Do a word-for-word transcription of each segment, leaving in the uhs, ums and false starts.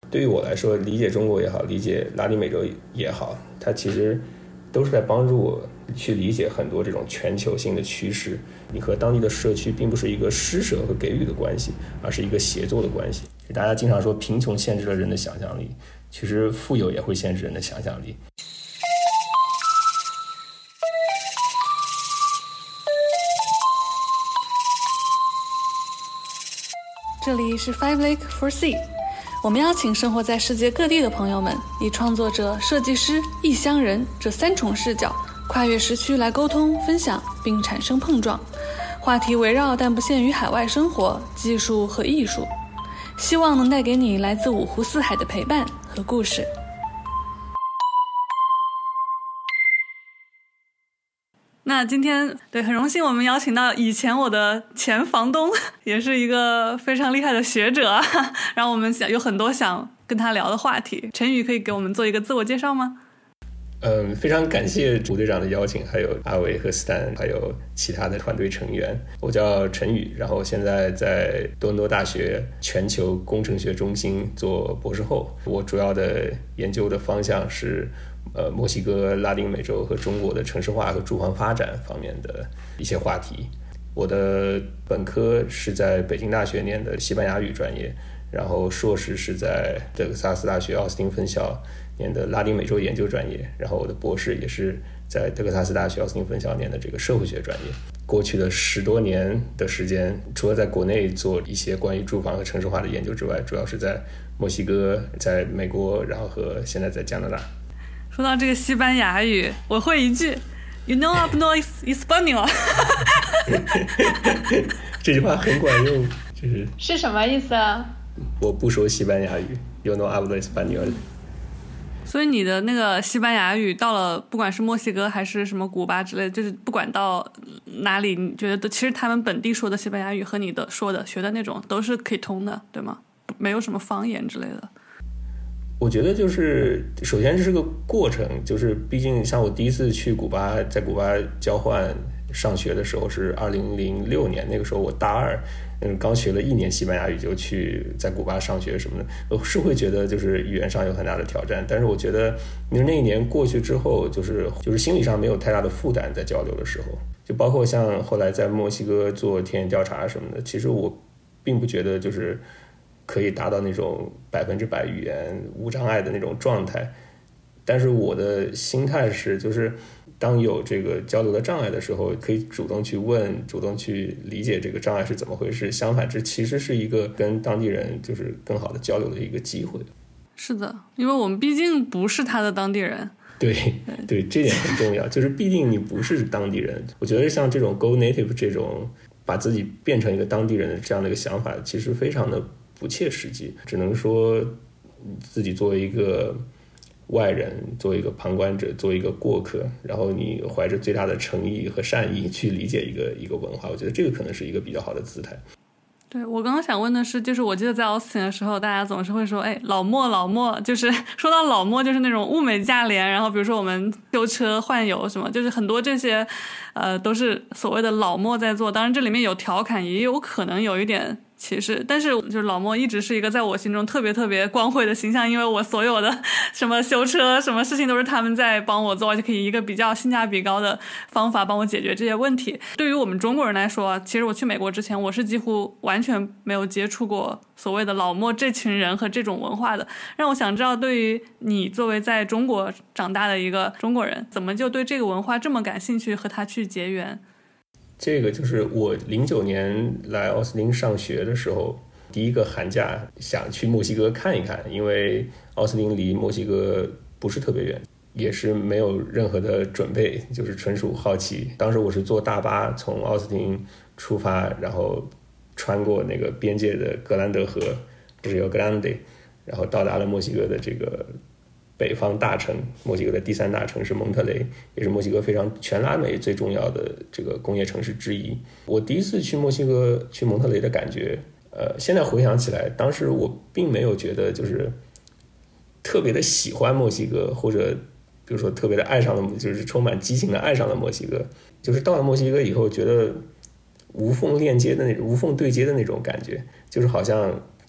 对于我来说，理解中国也好，理解拉丁美洲也好，它其实都是在帮助我去理解很多这种全球性的趋势。你和当地的社区并不是一个施舍和给予的关系，而是一个协作的关系。大家经常说贫穷限制了人的想象力，其实富有也会限制人的想象力。 这里是 Five Lake for Sea， 我们邀请生活在世界各地的朋友们，以创作者、设计师、异乡人这三重视角，跨越时区来沟通、分享，并产生碰撞。话题围绕但不限于海外生活、技术和艺术，希望能带给你来自五湖四海的陪伴和故事。那今天对很荣幸我们邀请到以前我的前房东，也是一个非常厉害的学者，然后我们想有很多想跟他聊的话题。陈宇可以给我们做一个自我介绍吗？ 嗯，非常感谢吴队长的邀请，还有阿伟和 Stan 还有其他的团队成员。我叫陈宇，然后现在在多伦多大学全球工程学中心做博士后。我主要的研究的方向是呃，墨西哥、拉丁美洲和中国的城市化和住房发展方面的一些话题。我的本科是在北京大学念的西班牙语专业，然后硕士是在德克萨斯大学奥斯汀分校念的拉丁美洲研究专业，然后我的博士也是在德克萨斯大学奥斯汀分校念的这个社会学专业。过去的十多年的时间，除了在国内做一些关于住房和城市化的研究之外，主要是在墨西哥、在美国，然后和现在在加拿大。 说到这个西班牙语，我会一句 You know hablo español 这句话很管用，就是是什么意思啊？ 我不说西班牙语 You know hablo español。 所以你的那个西班牙语到了不管是墨西哥还是什么古巴之类的，就是不管到哪里，你觉得其实他们本地说的西班牙语和你的说的学的那种都是可以通的，对吗？没有什么方言之类的。 我觉得就是首先这是个过程，就是毕竟像我第一次去古巴，在古巴交换上学的时候是二零零六年，那个时候我大二，嗯，刚学了一年西班牙语就去在古巴上学什么的，我是会觉得就是语言上有很大的挑战，但是我觉得那一年过去之后，就是就是心理上没有太大的负担，在交流的时候，就包括像后来在墨西哥做田野调查什么的，其实我并不觉得就是可以达到那种百分之百语言无障碍的那种状态，但是我的心态是，就是当有这个交流的障碍的时候，可以主动去问，主动去理解这个障碍是怎么回事。相反，这其实是一个跟当地人就是更好的交流的一个机会。 是的，因为我们毕竟不是他的当地人。 对对，这点很重要，就是毕竟你不是当地人。我觉得像这种 Go Native 这种把自己变成一个当地人的这样的一个想法，其实非常的不切实际，只能说自己作为一个外人，作为一个旁观者，作为一个过客，然后你怀着最大的诚意和善意去理解一个一个文化，我觉得这个可能是一个比较好的姿态。 对，我刚刚想问的是，就是我记得在奥斯汀的时候，大家总是会说，哎，老墨老墨，就是说到老墨就是那种物美价廉，然后比如说我们修车换油什么，就是很多这些呃都是所谓的老墨在做，当然这里面有调侃，也有可能有一点歧视，但是就是老莫一直是一个在我心中特别特别光辉的形象，因为我所有的什么修车什么事情都是他们在帮我做，就可以一个比较性价比高的方法帮我解决这些问题。对于我们中国人来说，其实我去美国之前我是几乎完全没有接触过所谓的老莫这群人和这种文化的，让我想知道对于你作为在中国长大的一个中国人，怎么就对这个文化这么感兴趣，和他去结缘。 这个就是我零九年来奥斯汀上学的时候，第一个寒假想去墨西哥看一看，因为奥斯汀离墨西哥不是特别远，也是没有任何的准备，就是纯属好奇。当时我是坐大巴从奥斯汀出发，然后穿过那个边界的格兰德河 Rio Grande， 然后到达了墨西哥的这个北方大城，墨西哥的第三大城市蒙特雷，也是墨西哥非常全拉美最重要的这个工业城市之一。我第一次去墨西哥去蒙特雷的感觉，呃，现在回想起来，当时我并没有觉得就是特别的喜欢墨西哥，或者比如说特别的爱上了，就是充满激情的爱上了墨西哥。就是到了墨西哥以后，觉得无缝链接的那种、无缝对接的那种感觉，就是好像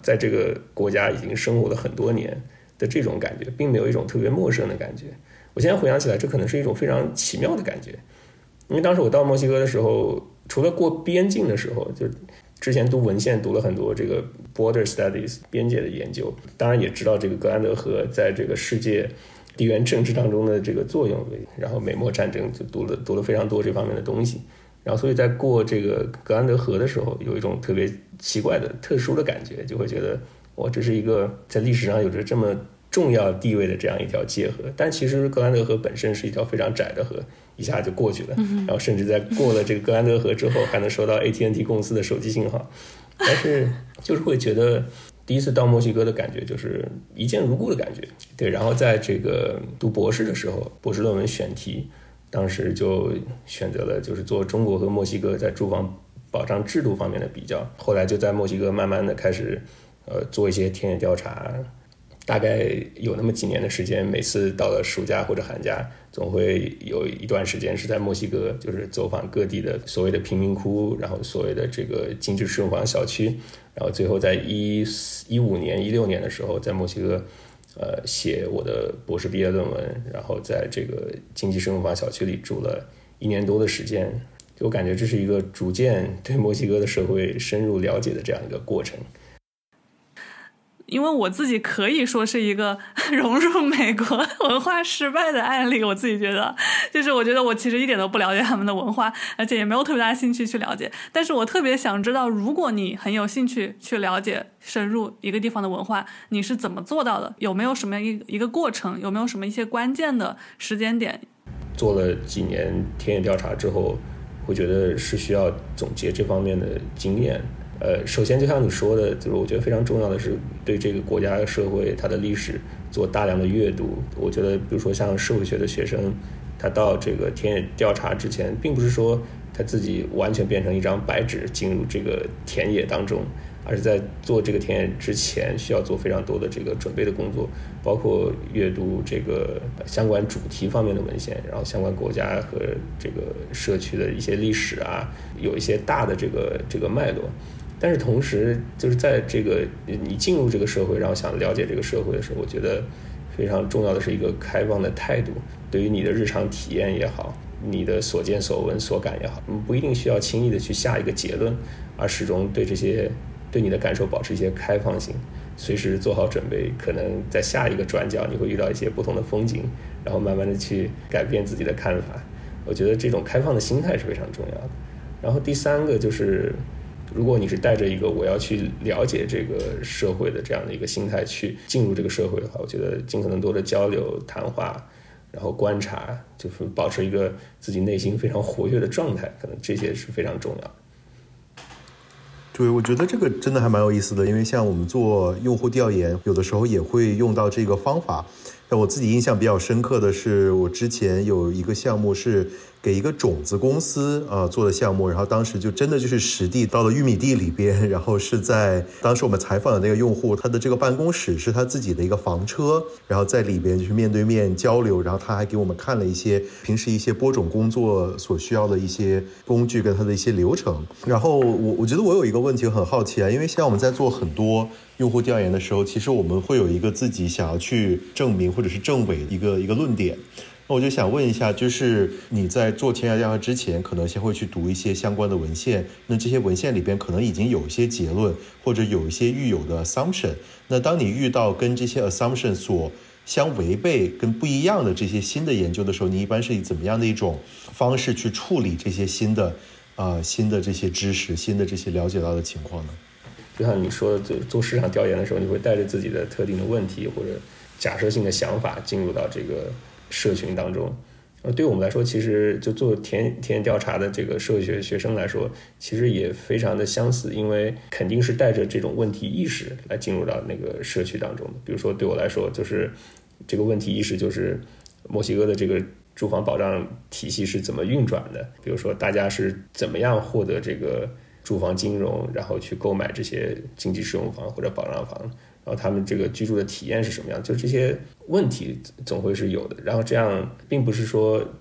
在这个国家已经生活了很多年的这种感觉，并没有一种特别陌生的感觉。我现在回想起来，这可能是一种非常奇妙的感觉。因为当时我到墨西哥的时候，除了过边境的时候，就之前读文献读了很多这个 border studies 边界的研究，当然也知道这个格兰德河在这个世界地缘政治当中的这个作用，然后美墨战争就读了读了非常多这方面的东西。然后所以在过这个格兰德河的时候，有一种特别奇怪的特殊的感觉，就会觉得哇，这是一个在历史上有着这么重要地位的这样一条界河。但其实格兰德河本身是一条非常窄的河，一下就过去了，然后甚至在过了这个格兰德河之后还能收到 A T and T 公司的手机信号。但是就是会觉得第一次到墨西哥的感觉就是一见如故的感觉。对，然后在这个读博士的时候，博士论文选题当时就选择了就是做中国和墨西哥在住房保障制度方面的比较，后来就在墨西哥慢慢的开始呃做一些田野调查，大概有那么几年的时间，每次到了暑假或者寒假，总会有一段时间是在墨西哥，就是走访各地的所谓的贫民窟，然后所谓的这个精致适用房小区，然后最后在一一五年、一六年的时候，在墨西哥，呃，写我的博士毕业论文，然后在这个经济适用房小区里住了一年多的时间，就我感觉这是一个逐渐对墨西哥的社会深入了解的这样一个过程。 因为我自己可以说是一个融入美国文化失败的案例，我自己觉得就是我觉得我其实一点都不了解他们的文化，而且也没有特别大兴趣去了解，但是我特别想知道，如果你很有兴趣去了解深入一个地方的文化，你是怎么做到的？有没有什么一一个过程？有没有什么一些关键的时间点？ 做了几年田野调查之后，会觉得是需要总结这方面的经验。呃，首先就像你说的，就是我觉得非常重要的是对这个国家社会它的历史做大量的阅读。我觉得比如说像社会学的学生，他到这个田野调查之前，并不是说他自己完全变成一张白纸进入这个田野当中，而是在做这个田野之前需要做非常多的这个准备的工作，包括阅读这个相关主题方面的文献，然后相关国家和这个社区的一些历史啊，有一些大的这个这个脉络。但是同时就是在这个你进入这个社会，然后想了解这个社会的时候，我觉得非常重要的是一个开放的态度，对于你的日常体验也好，你的所见所闻所感也好，不一定需要轻易的去下一个结论，而始终对这些对你的感受保持一些开放性，随时做好准备，可能在下一个转角你会遇到一些不同的风景，然后慢慢的去改变自己的看法。我觉得这种开放的心态是非常重要的。然后第三个就是如果你是带着一个我要去了解这个社会的这样的一个心态去进入这个社会的话，我觉得尽可能多的交流谈话，然后观察，就是保持一个自己内心非常活跃的状态，可能这些是非常重要的。 对，我觉得这个真的还蛮有意思的，因为像我们做用户调研，有的时候也会用到这个方法。但我自己印象比较深刻的是，我之前有一个项目是给一个种子公司啊、呃、做的项目，然后当时就真的就是实地到了玉米地里边，然后是在当时我们采访的那个用户，他的这个办公室是他自己的一个房车，然后在里边就是面对面交流，然后他还给我们看了一些平时一些播种工作所需要的一些工具跟他的一些流程。然后我我觉得我有一个问题很好奇啊，因为像我们在做很多用户调研的时候，其实我们会有一个自己想要去证明或者是证伪一个一个论点。那我就想问一下，就是你在做田野调查之前，可能先会去读一些相关的文献，那这些文献里边可能已经有一些结论，或者有一些预有的 assumption。那当你遇到跟这些 assumption 所相违背、跟不一样的这些新的研究的时候，你一般是以怎么样的一种方式去处理这些新的啊、呃、新的这些知识、新的这些了解到的情况呢？ 就像你说的，做市场调研的时候，你会带着自己的特定的问题或者假设性的想法进入到这个社群当中。对我们来说，其实就做田田野调查的这个社会学学生来说，其实也非常的相似，因为肯定是带着这种问题意识来进入到那个社区当中的。比如说对我来说，就是这个问题意识就是墨西哥的这个住房保障体系是怎么运转的，比如说大家是怎么样获得这个住房金融，然后去购买这些经济适用房或者保障房，然后他们这个居住的体验是什么样，就这些问题总会是有的。然后这样并不是说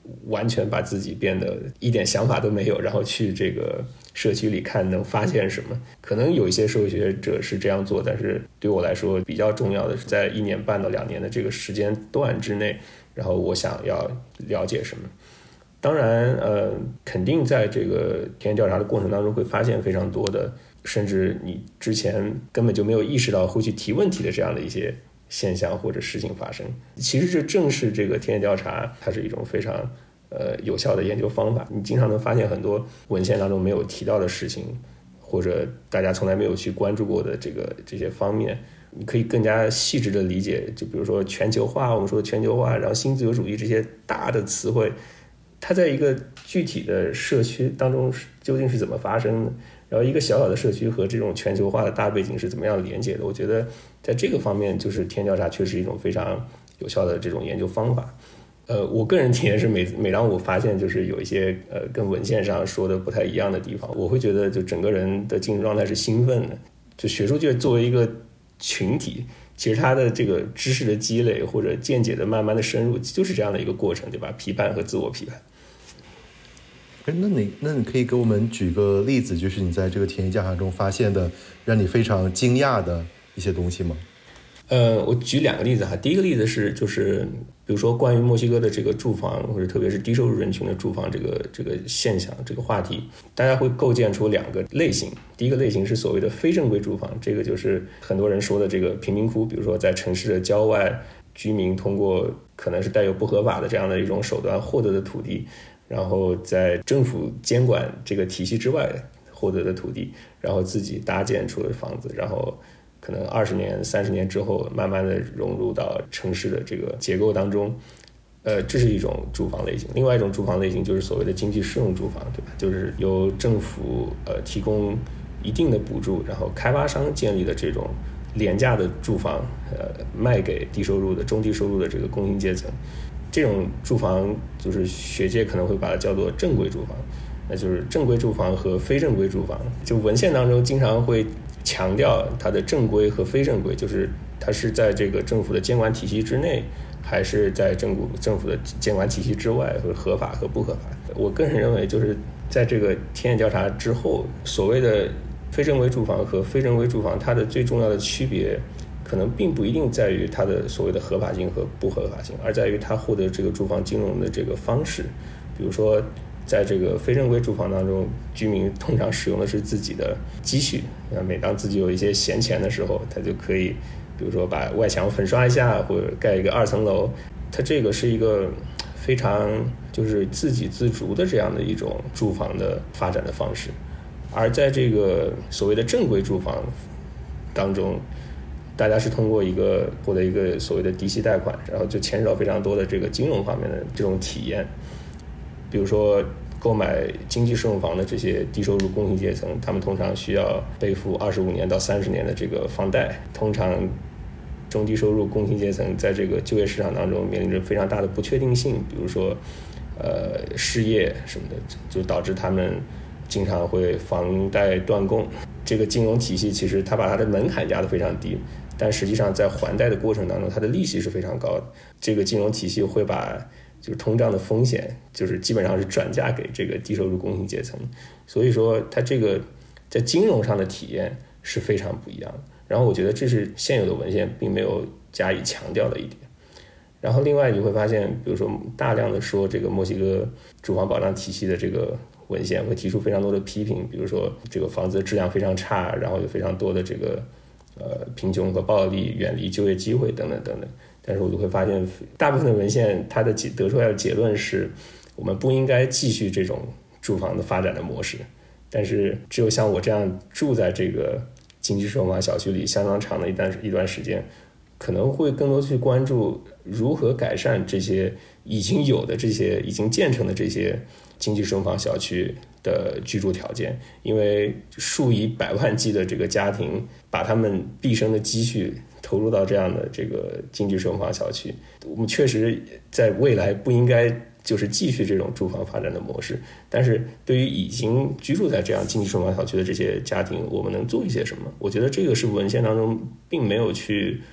完全把自己变得一点想法都没有，然后去这个社区里看能发现什么。可能有一些社会学者是这样做，但是对我来说比较重要的是在一年半到两年的这个时间段之内，然后我想要了解什么。当然呃，肯定在这个田野调查的过程当中会发现非常多的，甚至你之前根本就没有意识到会去提问题的这样的一些现象或者事情发生。其实这正是这个田野调查它是一种非常呃有效的研究方法。你经常能发现很多文献当中没有提到的事情，或者大家从来没有去关注过的这个这些方面，你可以更加细致的理解。就比如说全球化，我们说的全球化，然后新自由主义这些大的词汇，它在一个具体的社区当中究竟是怎么发生的，然后一个小小的社区和这种全球化的大背景是怎么样连接的。我觉得在这个方面，就是田野调查确实一种非常有效的这种研究方法。呃，我个人体验是每每当我发现就是有一些呃跟文献上说的不太一样的地方，我会觉得就整个人的精神状态是兴奋的。就学术界作为一个群体，其实它的这个知识的积累或者见解的慢慢的深入，就是这样的一个过程，对吧？批判和自我批判。 那你那你可以给我们举个例子，就是你在这个田野调查中发现的让你非常惊讶的一些东西吗？ 呃，我举两个例子哈。第一个例子是就是比如说关于墨西哥的这个住房，或者特别是低收入人群的住房这个这个现象这个话题，大家会构建出两个类型。第一个类型是所谓的非正规住房，这个就是很多人说的这个贫民窟，比如说在城市的郊外，居民通过可能是带有不合法的这样的一种手段获得的土地，然后在政府监管这个体系之外获得的土地，然后自己搭建出了房子，然后可能二十年、三十年之后，慢慢的融入到城市的这个结构当中。呃，这是一种住房类型。另外一种住房类型就是所谓的经济适用住房，对吧？就是由政府呃提供一定的补助，然后开发商建立的这种廉价的住房，呃，卖给低收入的、中低收入的这个工薪阶层。这种住房就是学界可能会把它叫做正规住房，那就是正规住房和非正规住房。就文献当中经常会强调它的正规和非正规，就是它是在这个政府的监管体系之内，还是在政府政府的监管体系之外，或者合法和不合法。我个人认为，就是在这个田野调查之后，所谓的非正规住房和非正规住房，它的最重要的区别可能并不一定在于它的所谓的合法性和不合法性，而在于它获得这个住房金融的这个方式。比如说在这个非正规住房当中，居民通常使用的是自己的积蓄，每当自己有一些闲钱的时候，他就可以比如说把外墙粉刷一下，或者盖一个二层楼。它这个是一个非常就是自给自足的这样的一种住房的发展的方式。而在这个所谓的正规住房当中，大家是通过一个获得一个所谓的低息贷款，然后就牵扯到非常多的这个金融方面的这种体验。比如说购买经济适用房的这些低收入工薪阶层，他们通常需要背负二十五年到三十年的这个房贷。通常中低收入工薪阶层在这个就业市场当中面临着非常大的不确定性，比如说呃失业什么的，就导致他们经常会房贷断供。这个金融体系其实它把它的门槛压得非常低，但实际上在还贷的过程当中，它的利息是非常高的。这个金融体系会把就是通胀的风险，就是基本上是转嫁给这个低收入工薪阶层。所以说它这个在金融上的体验是非常不一样的。然后我觉得这是现有的文献并没有加以强调的一点。然后另外你会发现，比如说大量的说这个墨西哥住房保障体系的这个文献会提出非常多的批评，比如说这个房子的质量非常差，然后有非常多的这个呃贫穷和暴力，远离就业机会等等等等。但是我就会发现大部分的文献它的得出来的结论是，我们不应该继续这种住房的发展的模式。但是只有像我这样住在这个经济适用房小区里相当长的一段一段时间，可能会更多去关注如何改善这些已经有的这些已经建成的这些经济适用房小区的居住条件。因为数以百万计的这个家庭把他们毕生的积蓄投入到这样的这个经济适用房小区，我们确实在未来不应该就是继续这种住房发展的模式。但是对于已经居住在这样经济适用房小区的这些家庭，我们能做一些什么？我觉得这个是文献当中并没有去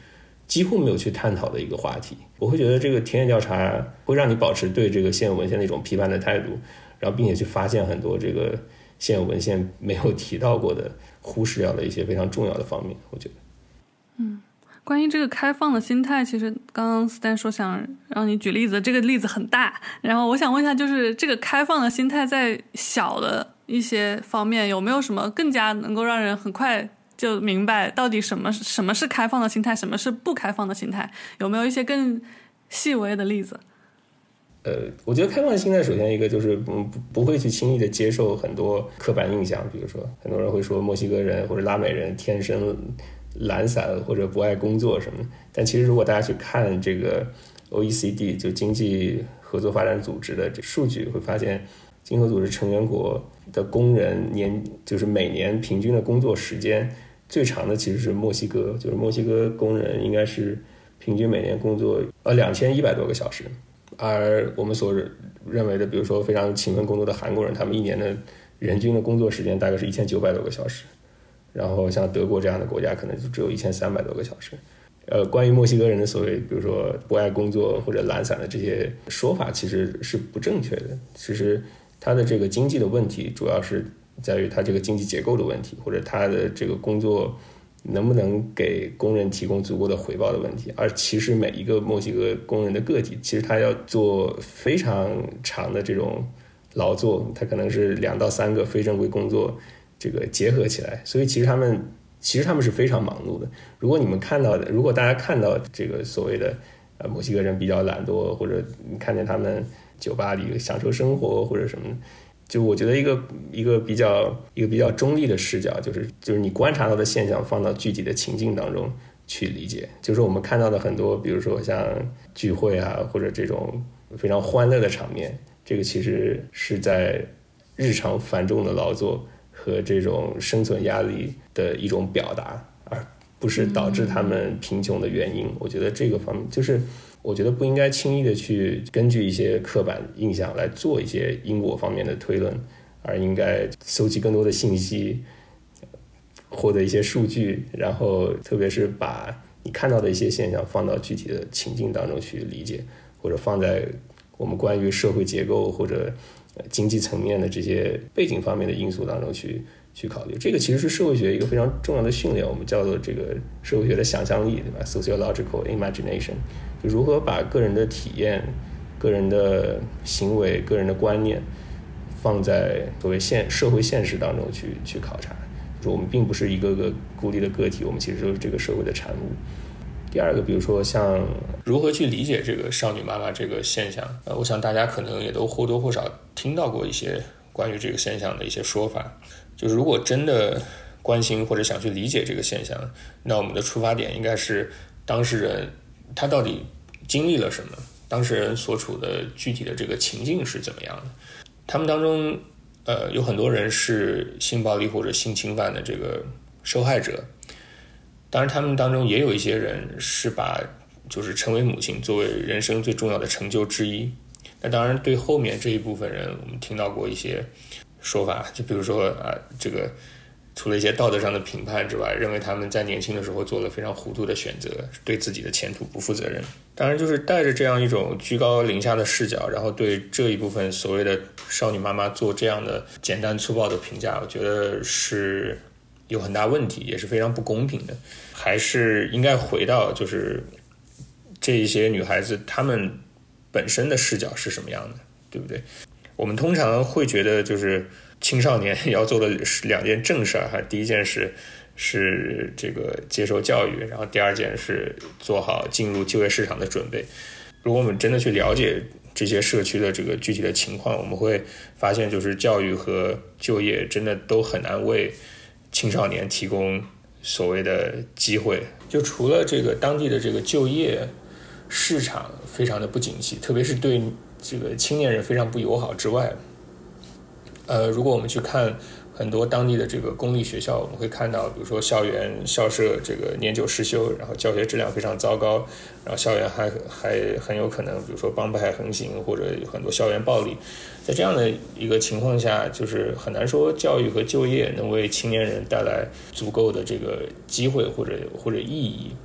几乎没有去探讨的一个话题。我会觉得这个田野调查会让你保持对这个现有文献的一种批判的态度，然后并且去发现很多这个现有文献没有提到过的、忽视掉的一些非常重要的方面。我觉得， 嗯，关于这个开放的心态，其实刚刚 Stan 说想让你举例子，这个例子很大，然后我想问一下，就是这个开放的心态在小的一些方面有没有什么更加能够让人很快就明白到底什么什么是开放的心态，什么是不开放的心态？有没有一些更细微的例子？ 呃，我觉得开放的心态，首先一个就是不不会去轻易的接受很多刻板印象，比如说很多人会说墨西哥人或者拉美人天生懒散或者不爱工作什么的，但其实如果大家去看这个 O E C D 就经济合作发展组织的这数据，会发现经合组织成员国的工人年就是每年平均的工作时间最长的其实是墨西哥，就是墨西哥工人应该是平均每年工作呃两千一百多个小时，而我们所认为的比如说非常勤奋工作的韩国人，他们一年的人均的工作时间大概是一千九百多个小时，然后像德国这样的国家可能就只有一千三百多个小时。呃，关于墨西哥人的所谓比如说不爱工作或者懒散的这些说法其实是不正确的。其实它的这个经济的问题主要是在于它这个经济结构的问题，或者它的这个工作能不能给工人提供足够的回报的问题。而其实每一个墨西哥工人的个体，其实他要做非常长的这种劳作，他可能是两到三个非正规工作这个结合起来，所以其实他们其实他们是非常忙碌的。如果你们看到的，如果大家看到这个所谓的呃墨西哥人比较懒惰，或者你看见他们酒吧里享受生活或者什么，就我觉得一个一个比较一个比较中立的视角，就是就是你观察到的现象放到具体的情境当中去理解。就是我们看到的很多，比如说像聚会啊，或者这种非常欢乐的场面，这个其实是在日常繁重的劳作和这种生存压力的一种表达，而不是导致他们贫穷的原因。我觉得这个方面就是我觉得不应该轻易的去根据一些刻板印象来做一些因果方面的推论，而应该搜集更多的信息，获得一些数据，然后特别是把你看到的一些现象放到具体的情境当中去理解，或者放在我们关于社会结构或者经济层面的这些背景方面的因素当中去去考虑。这个其实是社会学一个非常重要的训练，我们叫做这个社会学的想象力，对吧 ？Sociological imagination， 就如何把个人的体验、个人的行为、个人的观念放在所谓现社会现实当中去去考察。就我们并不是一个个孤立的个体，我们其实都是这个社会的产物。第二个，比如说像如何去理解这个少女妈妈这个现象，呃，我想大家可能也都或多或少听到过一些关于这个现象的一些说法。就是如果真的关心或者想去理解这个现象，那我们的出发点应该是当事人他到底经历了什么，当事人所处的具体的这个情境是怎么样的。他们当中呃，有很多人是性暴力或者性侵犯的这个受害者，当然他们当中也有一些人是把就是成为母亲作为人生最重要的成就之一。那当然对后面这一部分人，我们听到过一些说法，就比如说啊，这个除了一些道德上的评判之外，认为他们在年轻的时候做了非常糊涂的选择，对自己的前途不负责任。当然就是带着这样一种居高临下的视角，然后对这一部分所谓的少女妈妈做这样的简单粗暴的评价，我觉得是有很大问题，也是非常不公平的。还是应该回到就是这一些女孩子她们本身的视角是什么样的，对不对？我们通常会觉得就是青少年要做的两件正事儿，第一件事是这个接受教育，然后第二件是做好进入就业市场的准备。如果我们真的去了解这些社区的这个具体的情况，我们会发现就是教育和就业真的都很难为青少年提供所谓的机会。就除了这个当地的这个就业市场非常的不景气，特别是对这个青年人非常不友好之外，呃，如果我们去看很多当地的这个公立学校，我们会看到比如说校园校舍这个年久失修，然后教学质量非常糟糕，然后校园还还很有可能比如说帮派横行，或者有很多校园暴力。在这样的一个情况下，就是很难说教育和就业能为青年人带来足够的这个机会或者或者意义。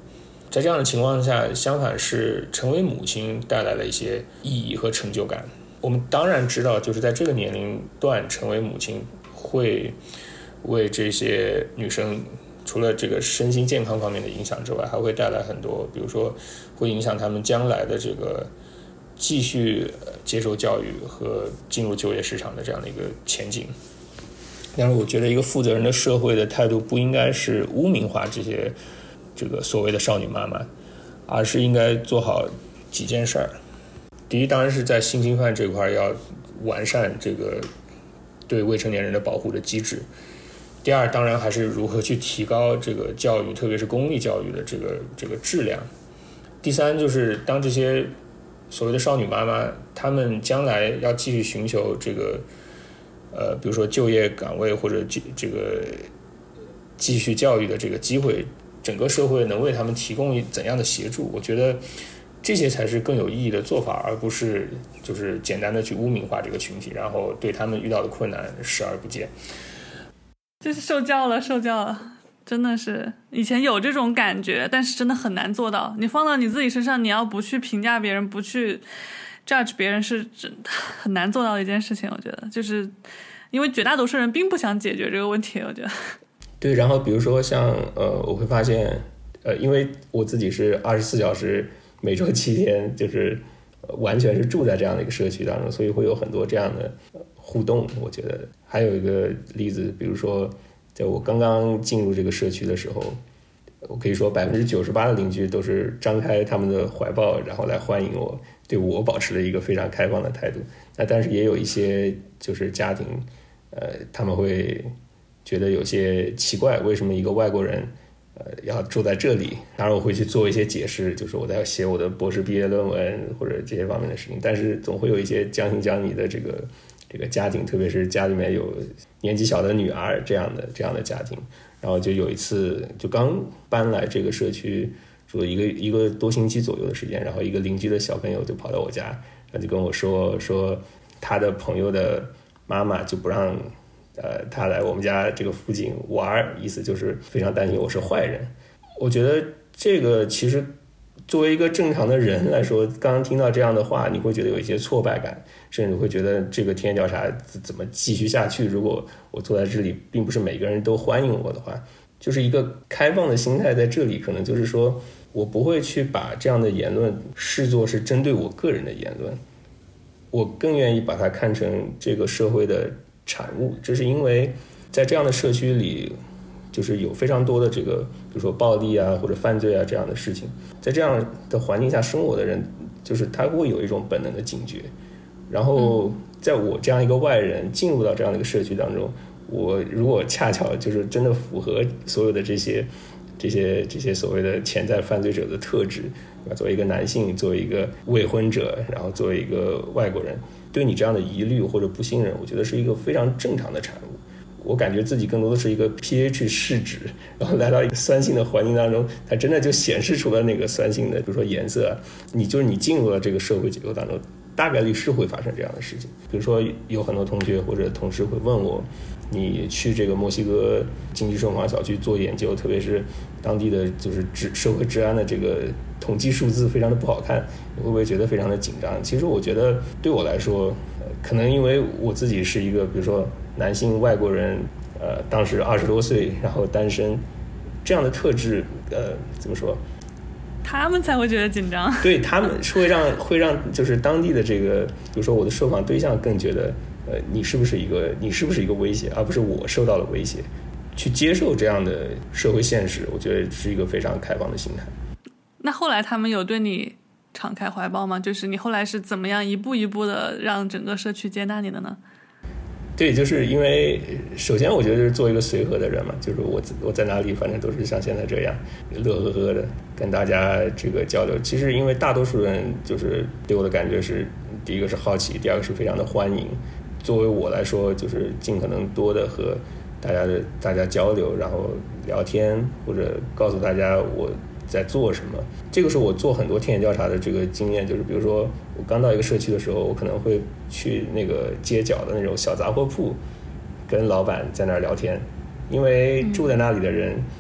在这样的情况下，相反是成为母亲带来了一些意义和成就感。我们当然知道，就是在这个年龄段成为母亲会为这些女生除了这个身心健康方面的影响之外，还会带来很多，比如说会影响他们将来的这个继续接受教育和进入就业市场的这样的一个前景。但是我觉得一个负责任的社会的态度不应该是污名化这些这个所谓的少女妈妈，而是应该做好几件事儿。第一，当然是在性侵犯这块要完善这个对未成年人的保护的机制。第二，当然还是如何去提高这个教育，特别是公立教育的这个这个质量。第三，就是当这些所谓的少女妈妈，她们将来要继续寻求这个呃，比如说就业岗位或者这个继续教育的这个机会，整个社会能为他们提供怎样的协助？我觉得这些才是更有意义的做法，而不是就是简单的去污名化这个群体，然后对他们遇到的困难视而不见。 就是受教了，受教了，真的是以前有这种感觉，但是真的很难做到。你放到你自己身上，你要不去评价别人，不去 judge 别人，是真的很难做到的一件事情。我觉得，就是因为绝大多数人并不想解决这个问题。我觉得， 对。然后比如说像呃，我会发现呃，因为我自己是二十四小时每周七天，就是完全是住在这样的一个社区当中，所以会有很多这样的互动。我觉得还有一个例子，比如说在我刚刚进入这个社区的时候，我可以说百分之九十八的邻居都是张开他们的怀抱，然后来欢迎我，对我保持了一个非常开放的态度。那但是也有一些就是家庭，呃，他们会觉得有些奇怪，为什么一个外国人呃，要住在这里。当然我会去做一些解释，就是我在写我的博士毕业论文或者这些方面的事情，但是总会有一些将信将疑的这个这个家庭，特别是家里面有年纪小的女儿这样的这样的家庭。然后就有一次，就刚搬来这个社区住了一个一个多星期左右的时间，然后一个邻居的小朋友就跑到我家，然后就跟我说说他的朋友的妈妈就不让呃，他来我们家这个附近玩，意思就是非常担心我是坏人。我觉得这个其实作为一个正常的人来说，刚刚听到这样的话，你会觉得有一些挫败感，甚至会觉得这个田野调查怎么继续下去？如果我坐在这里，并不是每个人都欢迎我的话，就是一个开放的心态在这里，可能就是说我不会去把这样的言论视作是针对我个人的言论，我更愿意把它看成这个社会的产物。这是因为在这样的社区里，就是有非常多的这个比如说暴力啊或者犯罪啊这样的事情，在这样的环境下生活的人，就是他会有一种本能的警觉。然后在我这样一个外人进入到这样的一个社区当中，我如果恰巧就是真的符合所有的这些这些这些所谓的潜在犯罪者的特质，作为一个男性，作为一个未婚者，然后作为一个外国人，对你这样的疑虑或者不信任，我觉得是一个非常正常的产物。我感觉自己更多的是一个 pH 试纸，然后来到一个酸性的环境当中，它真的就显示出了那个酸性的，比如说颜色，你就是你进入了这个社会结构当中，大概率是会发生这样的事情。比如说有很多同学或者同事会问我，你去这个墨西哥经济生活小区做研究，特别是当地的就是社会治安的这个统计数字非常的不好看，你会不会觉得非常的紧张？其实我觉得对我来说，呃、可能因为我自己是一个比如说男性外国人，呃，当时二十多岁，然后单身，这样的特质，呃，怎么说？ 他们才会觉得紧张。 对，他们是会让会让就是当地的这个，比如说我的受访对象更觉得，呃，你是不是一个你是不是一个威胁，而不是我受到了威胁。去接受这样的社会现实，我觉得是一个非常开放的心态。 那后来他们有对你敞开怀抱吗？就是你后来是怎么样一步一步的让整个社区接纳你的呢？ 对，就是因为首先我觉得就是做一个随和的人嘛，就是我我在哪里反正都是像现在这样乐呵呵的跟大家这个交流。其实因为大多数人就是对我的感觉是，第一个是好奇，第二个是非常的欢迎。作为我来说，就是尽可能多的和大家的大家交流，然后聊天，或者告诉大家我在做什么。这个是我做很多田野调查的这个经验，就是比如说我刚到一个社区的时候，我可能会去那个街角的那种小杂货铺跟老板在那儿聊天，因为住在那里的人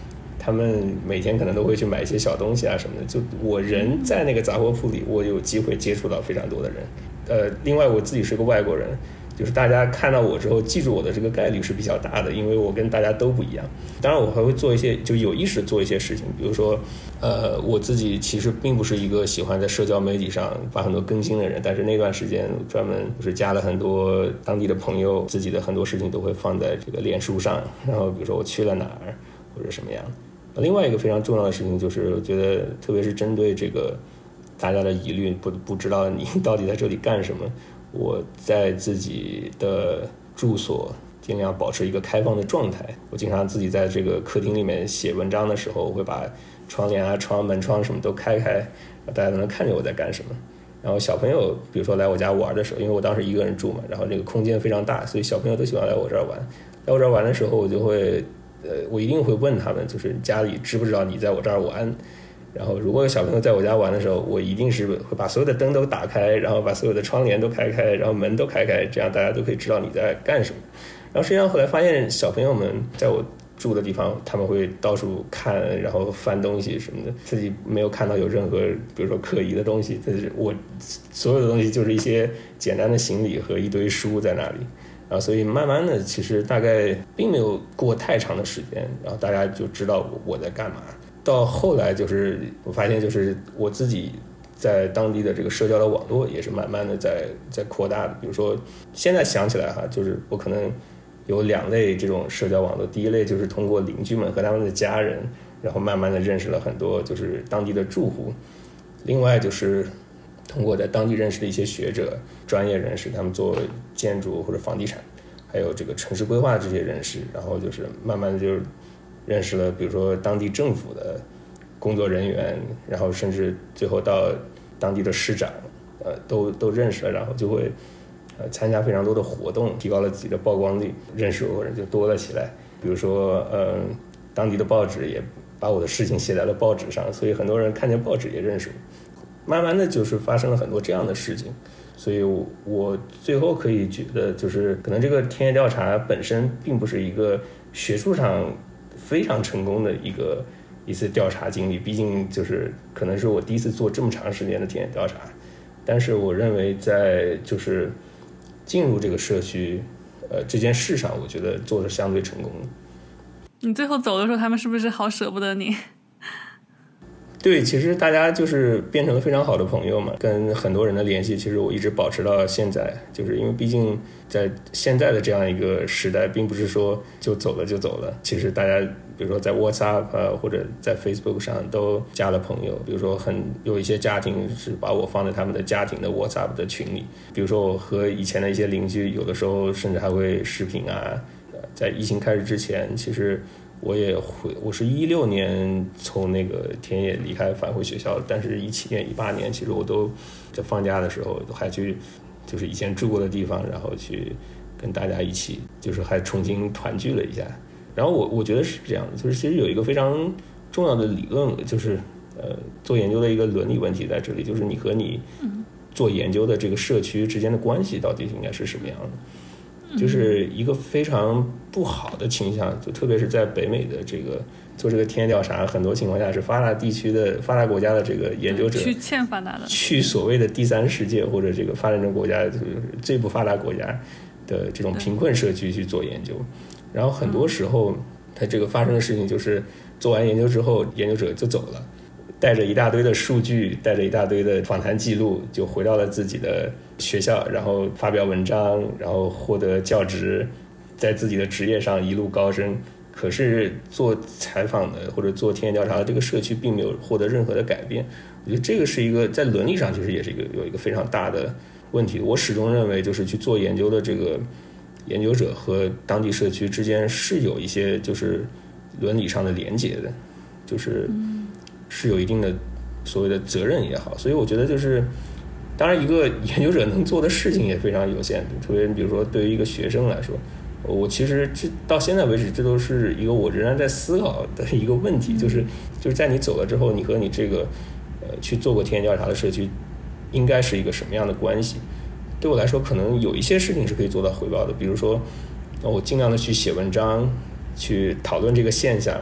他们每天可能都会去买一些小东西啊什么的。就我人在那个杂货铺里，我有机会接触到非常多的人。呃，另外我自己是个外国人，就是大家看到我之后记住我的这个概率是比较大的，因为我跟大家都不一样。当然我还会做一些就有意识做一些事情，比如说呃，我自己其实并不是一个喜欢在社交媒体上发很多更新的人，但是那段时间专门就是加了很多当地的朋友，自己的很多事情都会放在这个脸书上，然后比如说我去了哪儿或者什么样。另外一个非常重要的事情就是，我觉得特别是针对这个大家的疑虑，不不知道你到底在这里干什么，我在自己的住所尽量保持一个开放的状态。我经常自己在这个客厅里面写文章的时候，我会把窗帘啊、窗门窗什么都开开，大家都能看见我在干什么。然后小朋友比如说来我家玩的时候，因为我当时一个人住嘛，然后这个空间非常大，所以小朋友都喜欢来我这儿玩。来我这儿玩的时候，我就会呃，我一定会问他们，就是家里知不知道你在我这儿玩。然后如果有小朋友在我家玩的时候，我一定是会把所有的灯都打开，然后把所有的窗帘都开开，然后门都开开，这样大家都可以知道你在干什么。然后实际上后来发现小朋友们在我住的地方，他们会到处看，然后翻东西什么的，自己没有看到有任何比如说可疑的东西，但是我所有的东西就是一些简单的行李和一堆书在那里。然后所以慢慢的其实大概并没有过太长的时间，然后大家就知道我在干嘛。到后来就是我发现就是我自己在当地的这个社交的网络也是慢慢的在在扩大的。比如说现在想起来哈，就是我可能有两类这种社交网络，第一类就是通过邻居们和他们的家人，然后慢慢的认识了很多就是当地的住户。另外就是通过在当地认识的一些学者、专业人士，他们做建筑或者房地产，还有这个城市规划这些人士，然后就是慢慢的就认识了比如说当地政府的工作人员，然后甚至最后到当地的市长，呃，都都认识了，然后就会呃参加非常多的活动，提高了自己的曝光率，认识我的人就多了起来。比如说，呃，当地的报纸也把我的事情写在了报纸上，所以很多人看见报纸也认识我。慢慢的就是发生了很多这样的事情，所以我我最后可以觉得，就是可能这个田野调查本身并不是一个学术上非常成功的一个一次调查经历，毕竟就是可能是我第一次做这么长时间的田野调查，但是我认为在就是进入这个社区呃这件事上，我觉得做的相对成功的。 你最后走的时候，他们是不是好舍不得你？ 对，其实大家就是变成了非常好的朋友嘛，跟很多人的联系其实我一直保持到现在，就是因为毕竟在现在的这样一个时代，并不是说就走了就走了，其实大家比如说在 WhatsApp、呃、或者在 Facebook 上都加了朋友，比如说很有一些家庭是把我放在他们的家庭的 WhatsApp 的群里，比如说我和以前的一些邻居有的时候甚至还会视频啊。在疫情开始之前，其实我也会，我是一六年从那个田野离开返回学校，但是一七年、一八年，其实我都在放假的时候还去，就是以前住过的地方，然后去跟大家一起，就是还重新团聚了一下。然后我我觉得是这样的，就是其实有一个非常重要的理论，就是呃做研究的一个伦理问题在这里，就是你和你做研究的这个社区之间的关系到底应该是什么样的。就是一个非常不好的倾向，就特别是在北美的这个做这个田野调查，很多情况下是发达地区的发达国家的这个研究者去欠发达的， 去所谓的第三世界或者这个发展中国家，就是最不发达国家的这种贫困社区去做研究。然后很多时候它这个发生的事情就是做完研究之后，研究者就走了，带着一大堆的数据，带着一大堆的访谈记录，就回到了自己的学校，然后发表文章，然后获得教职，在自己的职业上一路高升。可是做采访的或者做田野调查的这个社区并没有获得任何的改变。我觉得这个是一个在伦理上其实也是一个有一个非常大的问题。我始终认为就是去做研究的这个研究者和当地社区之间是有一些就是伦理上的连结的，就是是有一定的所谓的责任也好。所以我觉得就是当然一个研究者能做的事情也非常有限，特别比如说对于一个学生来说，我其实这到现在为止这都是一个我仍然在思考的一个问题，就是就是在你走了之后，你和你这个呃去做过田野调查的社区应该是一个什么样的关系。对我来说可能有一些事情是可以做到回报的，比如说我尽量的去写文章，去讨论这个现象，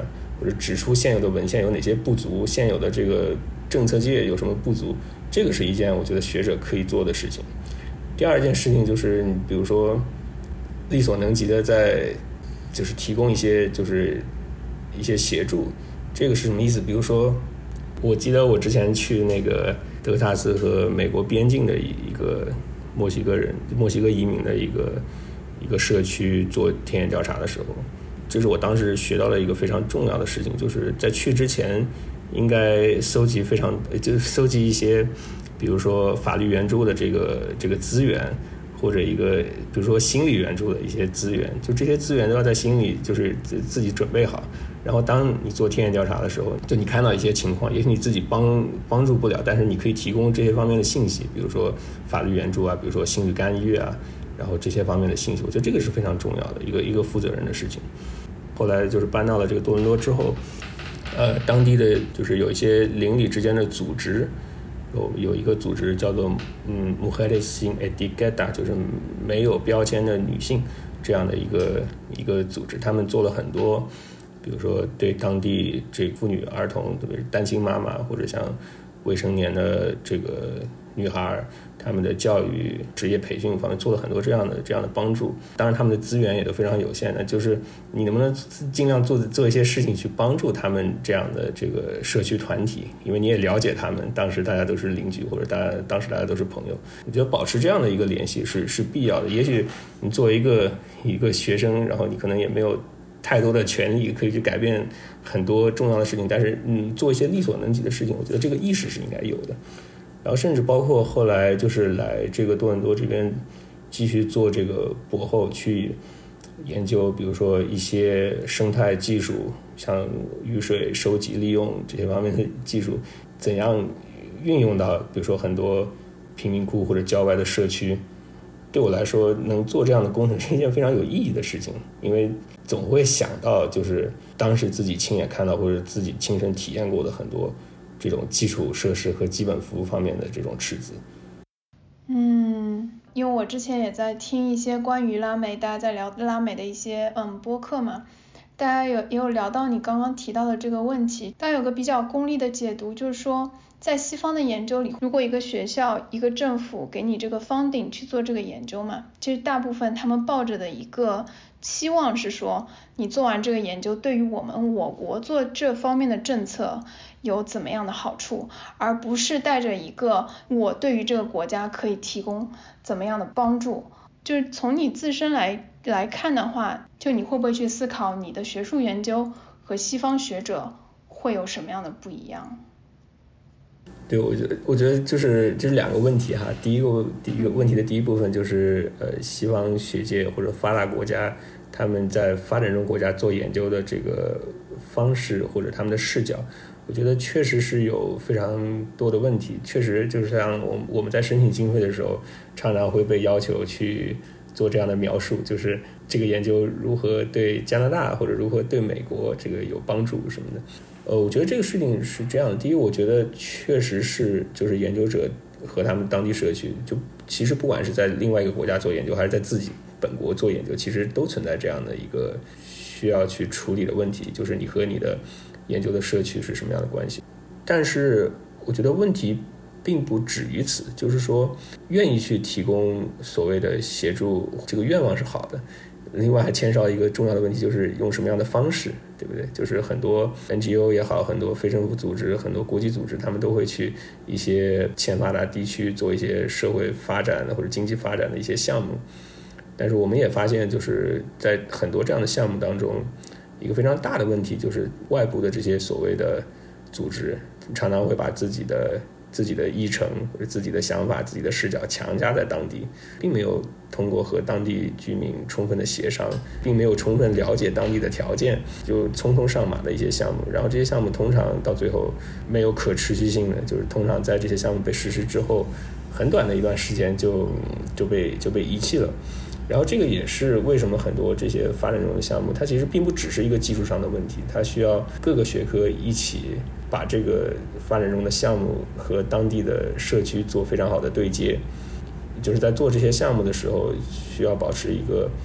或者指出现有的文献有哪些不足，现有的这个政策界有什么不足，这个是一件我觉得学者可以做的事情。第二件事情就是比如说力所能及的在就是提供一些就是一些协助，这个是什么意思？比如说我记得我之前去那个德克萨斯和美国边境的一个墨西哥人墨西哥移民的一个一个社区做田野调查的时候，这是我当时学到了一个非常重要的事情，就是在去之前应该搜集非常就是搜集一些比如说法律援助的这个这个资源，或者一个比如说心理援助的一些资源，就这些资源都要在心里就是自己准备好，然后当你做田野调查的时候，就你看到一些情况，也许你自己帮帮助不了，但是你可以提供这些方面的信息，比如说法律援助啊，比如说心理干预啊，然后这些方面的信息，我觉得这个是非常重要的一个一个负责任的事情。后来就是搬到了这个多伦多之后，呃，当地的就是有一些邻里之间的组织，有有一个组织叫做嗯 Mujeres Sin Etiqueta， 就是没有标签的女性这样的一个一个组织，他们做了很多，比如说对当地这妇女儿童，特别是单亲妈妈或者像未成年的这个女孩，他们的教育职业培训方面做了很多这样的这样的帮助。当然他们的资源也都非常有限的，就是你能不能尽量做做一些事情去帮助他们这样的这个社区团体，因为你也了解他们，当时大家都是邻居，或者大家当时大家都是朋友，我觉得保持这样的一个联系是是必要的。也许你作为一个一个学生，然后你可能也没有太多的权利可以去改变很多重要的事情，但是嗯，做一些力所能及的事情，我觉得这个意识是应该有的。然后甚至包括后来就是来这个多伦多这边继续做这个博后，去研究比如说一些生态技术，像雨水收集利用这些方面的技术怎样运用到比如说很多贫民窟或者郊外的社区。对我来说能做这样的工程是一件非常有意义的事情，因为总会想到就是当时自己亲眼看到或者自己亲身体验过的很多这种基础设施和基本服务方面的这种赤字。 嗯，因为我之前也在听一些关于拉美，大家在聊拉美的一些嗯播客嘛，大家有也有聊到你刚刚提到的这个问题。大家有个比较功利的解读，就是说在西方的研究里，如果一个学校一个政府给你这个 funding 去做这个研究嘛，其实大部分他们抱着的一个期望是说，你做完这个研究对于我们我国做这方面的政策有怎么样的好处，而不是带着一个我对于这个国家可以提供怎么样的帮助。就是从你自身来来看的话，就你会不会去思考你的学术研究和西方学者会有什么样的不一样？ 对，我觉得我觉得就是这是两个问题哈。第一个第一个问题的第一部分就是呃，西方学界或者发达国家他们在发展中国家做研究的这个方式或者他们的视角，我觉得确实是有非常多的问题。确实就是像我们我们在申请经费的时候，常常会被要求去做这样的描述，就是这个研究如何对加拿大或者如何对美国这个有帮助什么的。呃，我觉得这个事情是这样的。第一，我觉得确实是就是研究者和他们当地社区，就其实不管是在另外一个国家做研究还是在自己本国做研究，其实都存在这样的一个需要去处理的问题，就是你和你的研究的社区是什么样的关系。但是我觉得问题并不止于此，就是说愿意去提供所谓的协助，这个愿望是好的，另外还牵涉到一个重要的问题，就是用什么样的方式，对不对？就是很多 N G O 也好，很多非政府组织，很多国际组织，他们都会去一些欠发达地区做一些社会发展或者经济发展的一些项目。但是我们也发现，就是在很多这样的项目当中，一个非常大的问题就是外部的这些所谓的组织常常会把自己的自己的议程或者自己的想法、自己的视角强加在当地，并没有通过和当地居民充分的协商，并没有充分了解当地的条件，就匆匆上马的一些项目。然后这些项目通常到最后没有可持续性的，就是通常在这些项目被实施之后，很短的一段时间就就被就被遗弃了。然后这个也是为什么很多这些发展中的项目，它其实并不只是一个技术上的问题，它需要各个学科一起把这个发展中的项目和当地的社区做非常好的对接。就是在做这些项目的时候，需要保持一个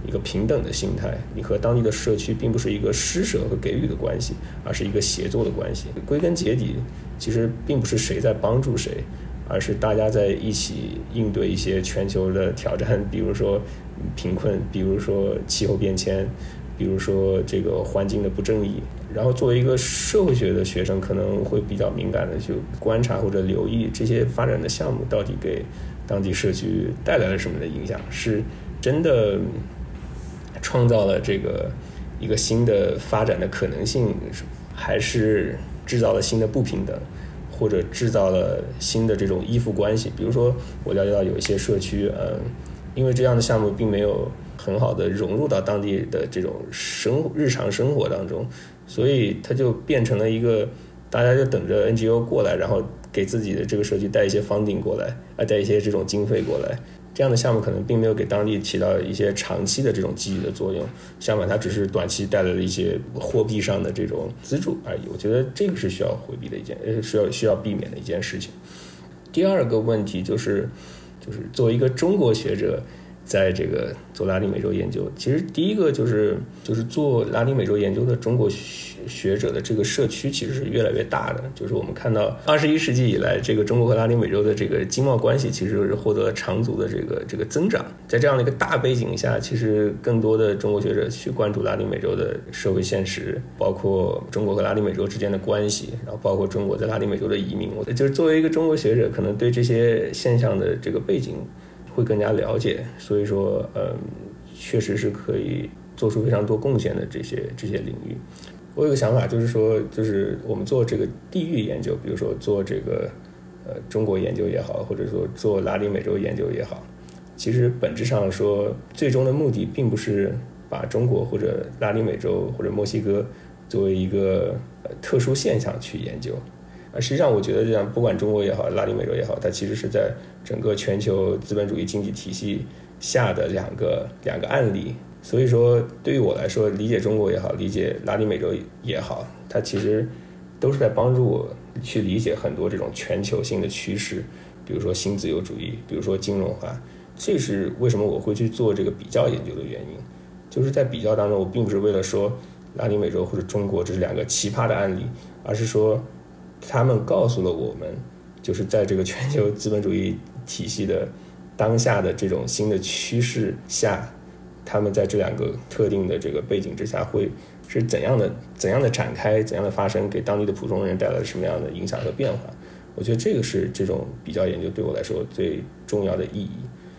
一个平等的心态，你和当地的社区并不是一个施舍和给予的关系，而是一个协作的关系。归根结底，其实并不是谁在帮助谁，而是大家在一起应对一些全球的挑战，比如说贫困，比如说气候变迁，比如说这个环境的不正义。然后作为一个社会学的学生，可能会比较敏感的去观察或者留意这些发展的项目到底给当地社区带来了什么的影响，是真的创造了这个一个新的发展的可能性，还是制造了新的不平等，或者制造了新的这种依附关系。比如说我了解到有一些社区，嗯，因为这样的项目并没有很好的融入到当地的这种生日常生活当中，所以它就变成了一个大家就等着 N G O 过来，然后给自己的这个社区带一些 funding 过来，啊，带一些这种经费过来。这样的项目可能并没有给当地起到一些长期的这种积极的作用，相反它只是短期带来了一些货币上的这种资助而已。我觉得这个是需要回避的一件，需要需要避免的一件事情。第二个问题就是就是作为一个中国学者在这个做拉丁美洲研究，其实第一个就是就是做拉丁美洲研究的中国学者的这个社区其实是越来越大的。就是我们看到二十一世纪以来，这个中国和拉丁美洲的这个经贸关系其实是获得了长足的这个这个增长。在这样的一个大背景下，其实更多的中国学者去关注拉丁美洲的社会现实，包括中国和拉丁美洲之间的关系，然后包括中国在拉丁美洲的移民。我就是作为一个中国学者，可能对这些现象的这个背景会更加了解，所以说，嗯，确实是可以做出非常多贡献的这些这些领域。我有个想法，就是说，就是我们做这个地域研究，比如说做这个呃中国研究也好，或者说做拉丁美洲研究也好，其实本质上说，最终的目的并不是把中国或者拉丁美洲或者墨西哥作为一个呃特殊现象去研究。实际上我觉得这样，不管中国也好，拉丁美洲也好，它其实是在整个全球资本主义经济体系下的两个两个案例。所以说对于我来说，理解中国也好，理解拉丁美洲也好，它其实都是在帮助我去理解很多这种全球性的趋势，比如说新自由主义，比如说金融化。这是为什么我会去做这个比较研究的原因，就是在比较当中，我并不是为了说拉丁美洲或者中国这是两个奇葩的案例，而是说他们告诉了我们，就是在这个全球资本主义体系的当下的这种新的趋势下，他们在这两个特定的这个背景之下会是怎样的怎样的展开，怎样的发生，给当地的普通人带来了什么样的影响和变化。我觉得这个是这种比较研究对我来说最重要的意义。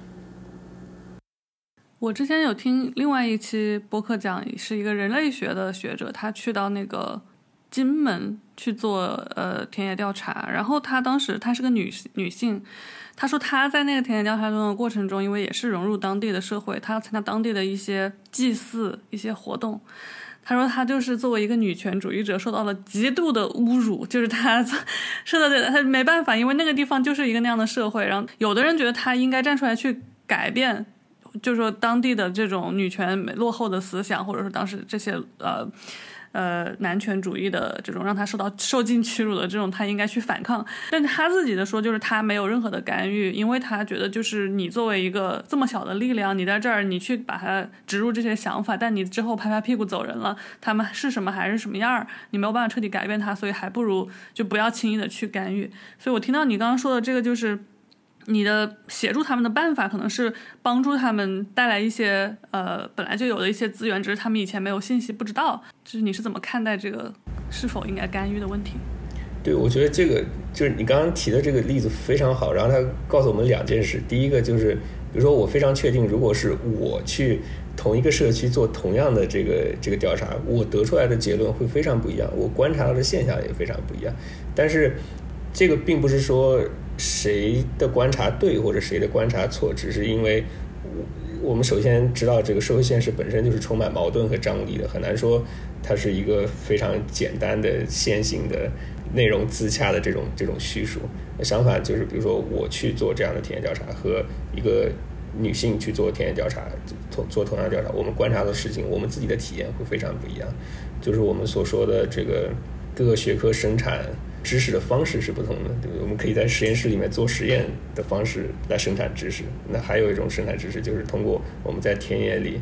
我之前有听另外一期播客讲，是一个人类学的学者，他去到那个金门去做呃田野调查，然后她当时她是个女女性，她说她在那个田野调查中的过程中，因为也是融入当地的社会，她要参加当地的一些祭祀、一些活动。她说她就是作为一个女权主义者受到了极度的侮辱，就是她受到的她没办法，因为那个地方就是一个那样的社会。然后有的人觉得她应该站出来去改变，就是说当地的这种女权落后的思想，或者说当时这些呃。呃，男权主义的这种让他受到受尽屈辱的这种，他应该去反抗。但是他自己的说，就是他没有任何的干预，因为他觉得就是你作为一个这么小的力量，你在这儿你去把它植入这些想法，但你之后拍拍屁股走人了，他们是什么还是什么样，你没有办法彻底改变他，所以还不如就不要轻易的去干预。所以我听到你刚刚说的这个，就是你的协助他们的办法可能是帮助他们带来一些呃本来就有的一些资源，只是他们以前没有信息不知道。就是你是怎么看待这个是否应该干预的问题？ 对，我觉得这个就是你刚刚提的这个例子非常好，然后他告诉我们两件事。第一个就是比如说我非常确定，如果是我去同一个社区做同样的这个这个调查，我得出来的结论会非常不一样，我观察到的现象也非常不一样。但是这个并不是说谁的观察对或者谁的观察错，只是因为我们首先知道这个社会现实本身就是充满矛盾和张力的，很难说它是一个非常简单的线性的内容自洽的这种这种叙述。相反，就是比如说我去做这样的田野调查和一个女性去做田野调查，做同样的调查，我们观察的事情，我们自己的体验会非常不一样。就是我们所说的这个各个学科生产知识的方式是不同的，对不对？我们可以在实验室里面做实验的方式来生产知识，那还有一种生产知识就是通过我们在田野里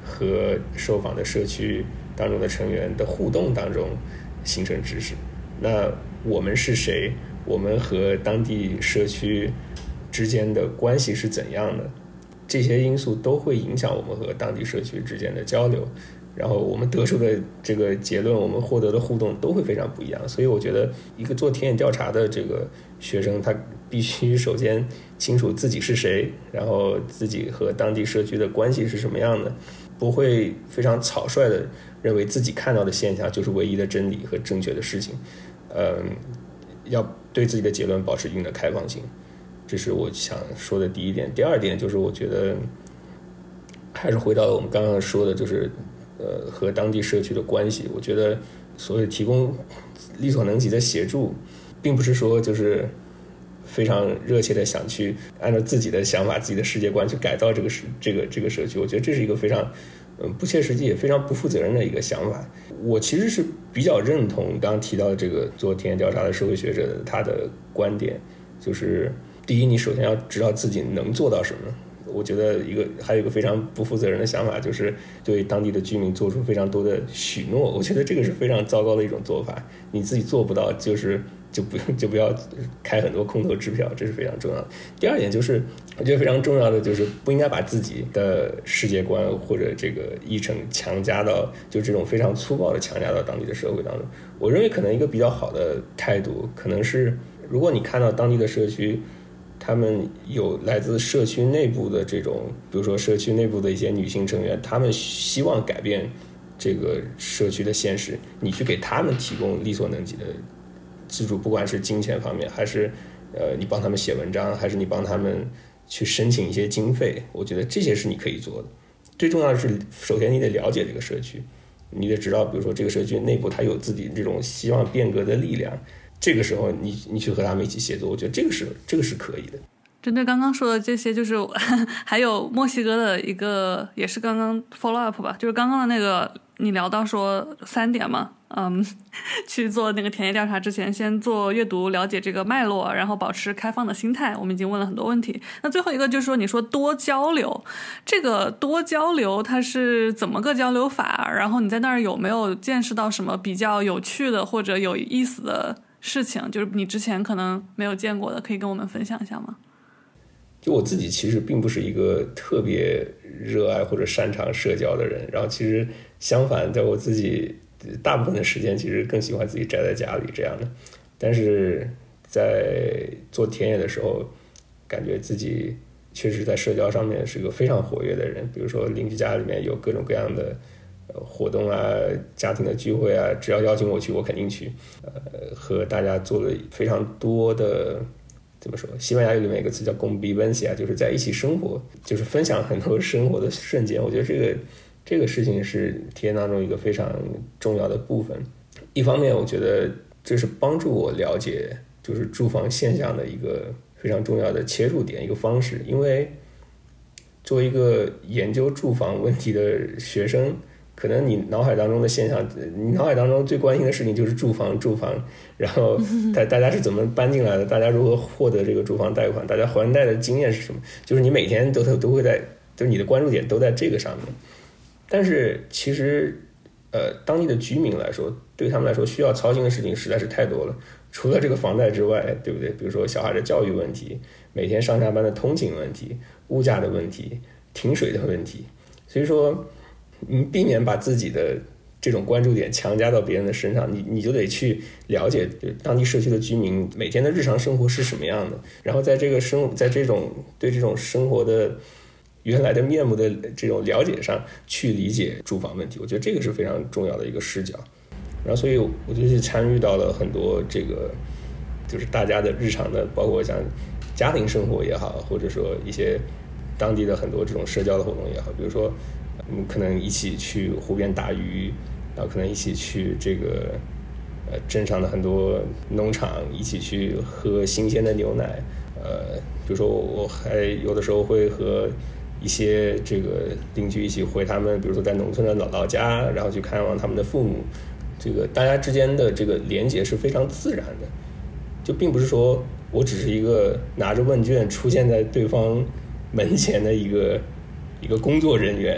和受访的社区当中的成员的互动当中形成知识。那我们是谁？我们和当地社区之间的关系是怎样的？这些因素都会影响我们和当地社区之间的交流，然后我们得出的这个结论，我们获得的互动都会非常不一样。所以我觉得一个做田野调查的这个学生，他必须首先清楚自己是谁，然后自己和当地社区的关系是什么样的，不会非常草率的认为自己看到的现象就是唯一的真理和正确的事情。嗯，要对自己的结论保持一定的开放性，这是我想说的第一点。第二点就是我觉得还是回到了我们刚刚说的，就是呃和当地社区的关系。我觉得所谓提供力所能及的协助，并不是说就是非常热切的想去按照自己的想法、自己的世界观去改造这个这个这个社区。我觉得这是一个非常嗯不切实际也非常不负责任的一个想法。我其实是比较认同刚刚提到的这个做田野调查的社会学者的他的观点，就是第一，你首先要知道自己能做到什么。我觉得一个还有一个非常不负责任的想法，就是对当地的居民做出非常多的许诺。我觉得这个是非常糟糕的一种做法，你自己做不到，就是就不就不要开很多空头支票，这是非常重要的。第二点就是我觉得非常重要的就是不应该把自己的世界观或者这个议程强加到就这种非常粗暴的强加到当地的社会当中。我认为可能一个比较好的态度可能是，如果你看到当地的社区他们有来自社区内部的这种，比如说社区内部的一些女性成员，他们希望改变这个社区的现实，你去给他们提供力所能及的资助，不管是金钱方面，还是呃你帮他们写文章，还是你帮他们去申请一些经费，我觉得这些是你可以做的。最重要的是，首先你得了解这个社区，你得知道，比如说这个社区内部它有自己这种希望变革的力量。这个时候你你去和他们一起协作，我觉得这个是这个是可以的。 针对刚刚说的这些，就是还有墨西哥的一个也是刚刚 follow up 吧，就是刚刚的那个你聊到说三点嘛，嗯，去做那个田野调查之前先做阅读，了解这个脉络，然后保持开放的心态。我们已经问了很多问题，那最后一个就是说你说多交流，这个多交流它是怎么个交流法？然后你在那儿有没有见识到什么比较有趣的或者有意思的事情，就是你之前可能没有见过的，可以跟我们分享一下吗？ 就我自己其实并不是一个特别热爱或者擅长社交的人，然后其实相反，在我自己大部分的时间其实更喜欢自己宅在家里这样的。但是在做田野的时候，感觉自己确实在社交上面是个非常活跃的人，比如说邻居家里面有各种各样的活动啊，家庭的聚会啊，只要邀请我去我肯定去。呃，和大家做了非常多的，怎么说，西班牙语里面有一个词叫 convivencia， 就是在一起生活，就是分享很多生活的瞬间。我觉得这个这个事情是田野当中一个非常重要的部分。一方面我觉得这是帮助我了解就是住房现象的一个非常重要的切入点，一个方式。因为作为一个研究住房问题的学生，可能你脑海当中的现象，你脑海当中最关心的事情就是住房住房，然后大大家是怎么搬进来的，大家如何获得这个住房贷款，大家还贷的经验是什么，就是你每天都都会在，就是你的关注点都在这个上面。但是其实呃，当地的居民来说，对他们来说需要操心的事情实在是太多了，除了这个房贷之外，对不对？比如说小孩的教育问题，每天上下班的通勤问题，物价的问题，停水的问题。所以说你避免把自己的这种关注点强加到别人的身上，你你就得去了解当地社区的居民每天的日常生活是什么样的，然后在这个生在这种对这种生活的原来的面目的这种了解上去理解住房问题。我觉得这个是非常重要的一个视角。然后所以我就去参与到了很多这个就是大家的日常的，包括像家庭生活也好，或者说一些当地的很多这种社交的活动也好，比如说嗯，可能一起去湖边打鱼，然后可能一起去这个呃镇上的很多农场一起去喝新鲜的牛奶。呃，比如说我还有的时候会和一些这个邻居一起回他们比如说在农村的老老家，然后去看望他们的父母。这个大家之间的这个连结是非常自然的，就并不是说我只是一个拿着问卷出现在对方门前的一个一个工作人员，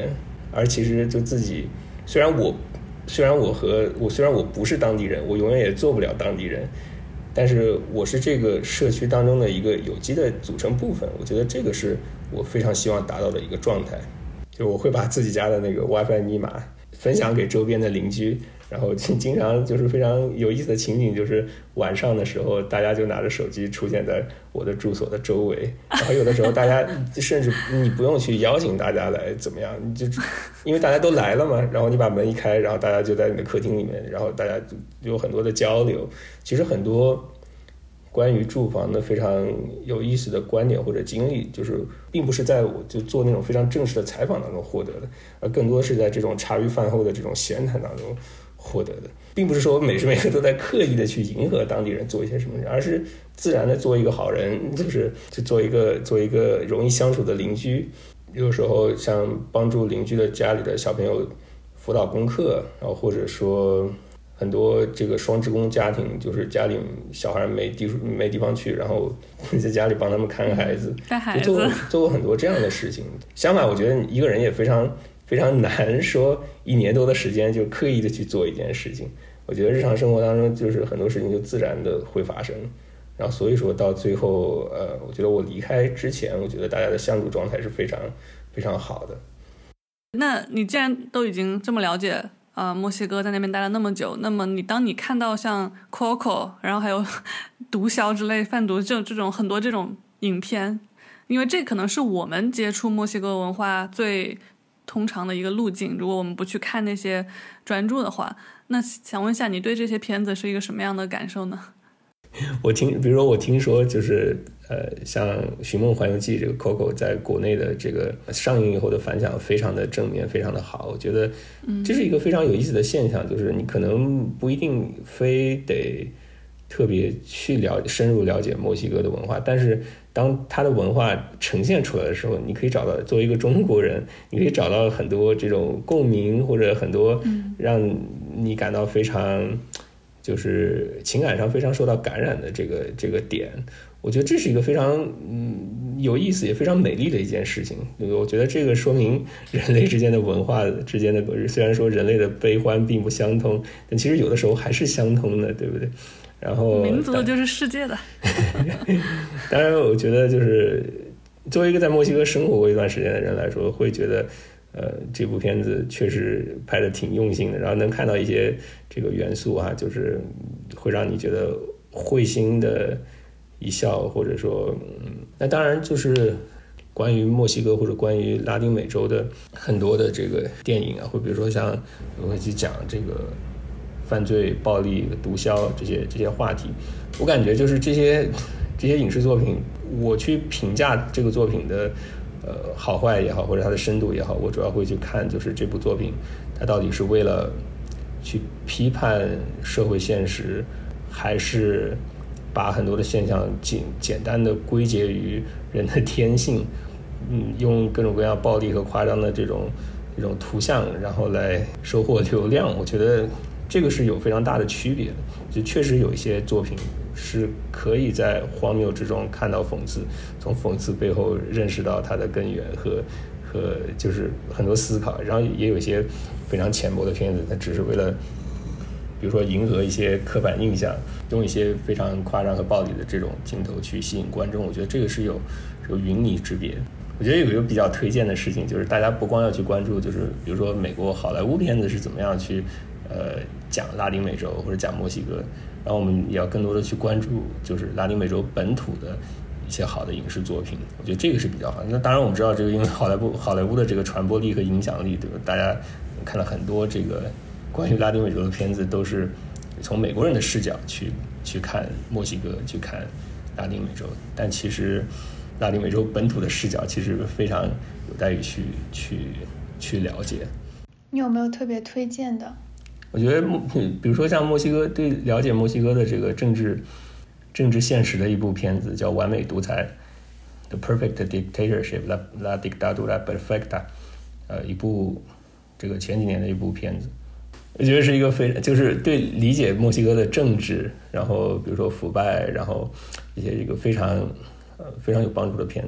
而其实就自己虽然我虽然我和我虽然我不是当地人，我永远也做不了当地人，但是我是这个社区当中的一个有机的组成部分，我觉得这个是我非常希望达到的一个状态。就我会把自己家的那个 WiFi 密码分享给周边的邻居，然后经常就是非常有意思的情景，就是晚上的时候大家就拿着手机出现在我的住所的周围，然后有的时候大家甚至你不用去邀请大家来怎么样，你就因为大家都来了嘛，然后你把门一开，然后大家就在你的客厅里面，然后大家就有很多的交流。其实很多关于住房的非常有意思的观点或者经历，就是并不是在我就做那种非常正式的采访当中获得的，而更多是在这种茶余饭后的这种闲谈当中获得的。并不是说我每时每刻都在刻意的去迎合当地人做一些什么，而是自然的做一个好人，就是就做一个做一个容易相处的邻居。有时候像帮助邻居的家里的小朋友辅导功课，然后或者说很多这个双职工家庭，就是家里小孩没地没地方去，然后在家里帮他们看孩子， 带孩子， 就做做过很多这样的事情。相反，我觉得一个人也非常非常难说一年多的时间就刻意的去做一件事情。我觉得日常生活当中就是很多事情就自然的会发生，然后所以说到最后，呃，我觉得我离开之前，我觉得大家的相处状态是非常非常好的。 那你既然都已经这么了解呃，墨西哥在那边待了那么久，那么你当你看到像 Coco 然后还有毒枭之类贩毒这这种很多这种影片，因为这可能是我们接触墨西哥文化最通常的一个路径，如果我们不去看那些专著的话，那想问一下你对这些片子是一个什么样的感受呢？ 我听比如说我听说就是呃，像《寻梦环游记》这个 Coco 在国内的这个上映以后的反响非常的正面，非常的好。我觉得这是一个非常有意思的现象，就是你可能不一定非得特别去了解深入了解墨西哥的文化，但是当它的文化呈现出来的时候，你可以找到作为一个中国人，你可以找到很多这种共鸣，或者很多让你感到非常就是情感上非常受到感染的这个这个点。我觉得这是一个非常嗯有意思也非常美丽的一件事情。我觉得这个说明人类之间的文化之间的，虽然说人类的悲欢并不相通，但其实有的时候还是相通的，对不对？然后民族就是世界的。 当然我觉得就是作为一个在墨西哥生活过一段时间的人来说，会觉得呃这部片子确实拍得挺用心的，然后能看到一些这个元素啊，就是会让你觉得会心的一笑，或者说嗯，那当然就是关于墨西哥或者关于拉丁美洲的很多的这个电影啊，或比如说像我会去讲这个犯罪、暴力、毒枭这些这些话题，我感觉就是这些这些影视作品，我去评价这个作品的呃好坏也好，或者它的深度也好，我主要会去看就是这部作品它到底是为了去批判社会现实，还是把很多的现象简简单的归结于人的天性，嗯，用各种各样暴力和夸张的这种这种图像，然后来收获流量。我觉得这个是有非常大的区别的。就确实有一些作品是可以在荒谬之中看到讽刺，从讽刺背后认识到它的根源和和就是很多思考。然后也有一些非常浅薄的片子，它只是为了比如说迎合一些刻板印象，用一些非常夸张和暴力的这种镜头去吸引观众。我觉得这个是有有云泥之别。我觉得有一个比较推荐的事情，就是大家不光要去关注，就是比如说美国好莱坞片子是怎么样去呃讲拉丁美洲或者讲墨西哥，然后我们也要更多的去关注就是拉丁美洲本土的一些好的影视作品。我觉得这个是比较好。那当然我们知道这个因为好莱坞好莱坞的这个传播力和影响力，对吧？大家看了很多这个关于拉丁美洲的片子，都是从美国人的视角去去看墨西哥，去看拉丁美洲，但其实拉丁美洲本土的视角其实非常有待于去去去了解。 你有没有特别推荐的？ 我觉得比如说像墨西哥，对了解墨西哥的这个政治政治现实的一部片子叫《完美独裁》 The Perfect Dictatorship La, La Dictadura Perfecta， 呃，一部这个前几年的一部片子，我觉得是一个非就是对理解墨西哥的政治，然后比如说腐败，然后一些一个非常呃非常有帮助的片子。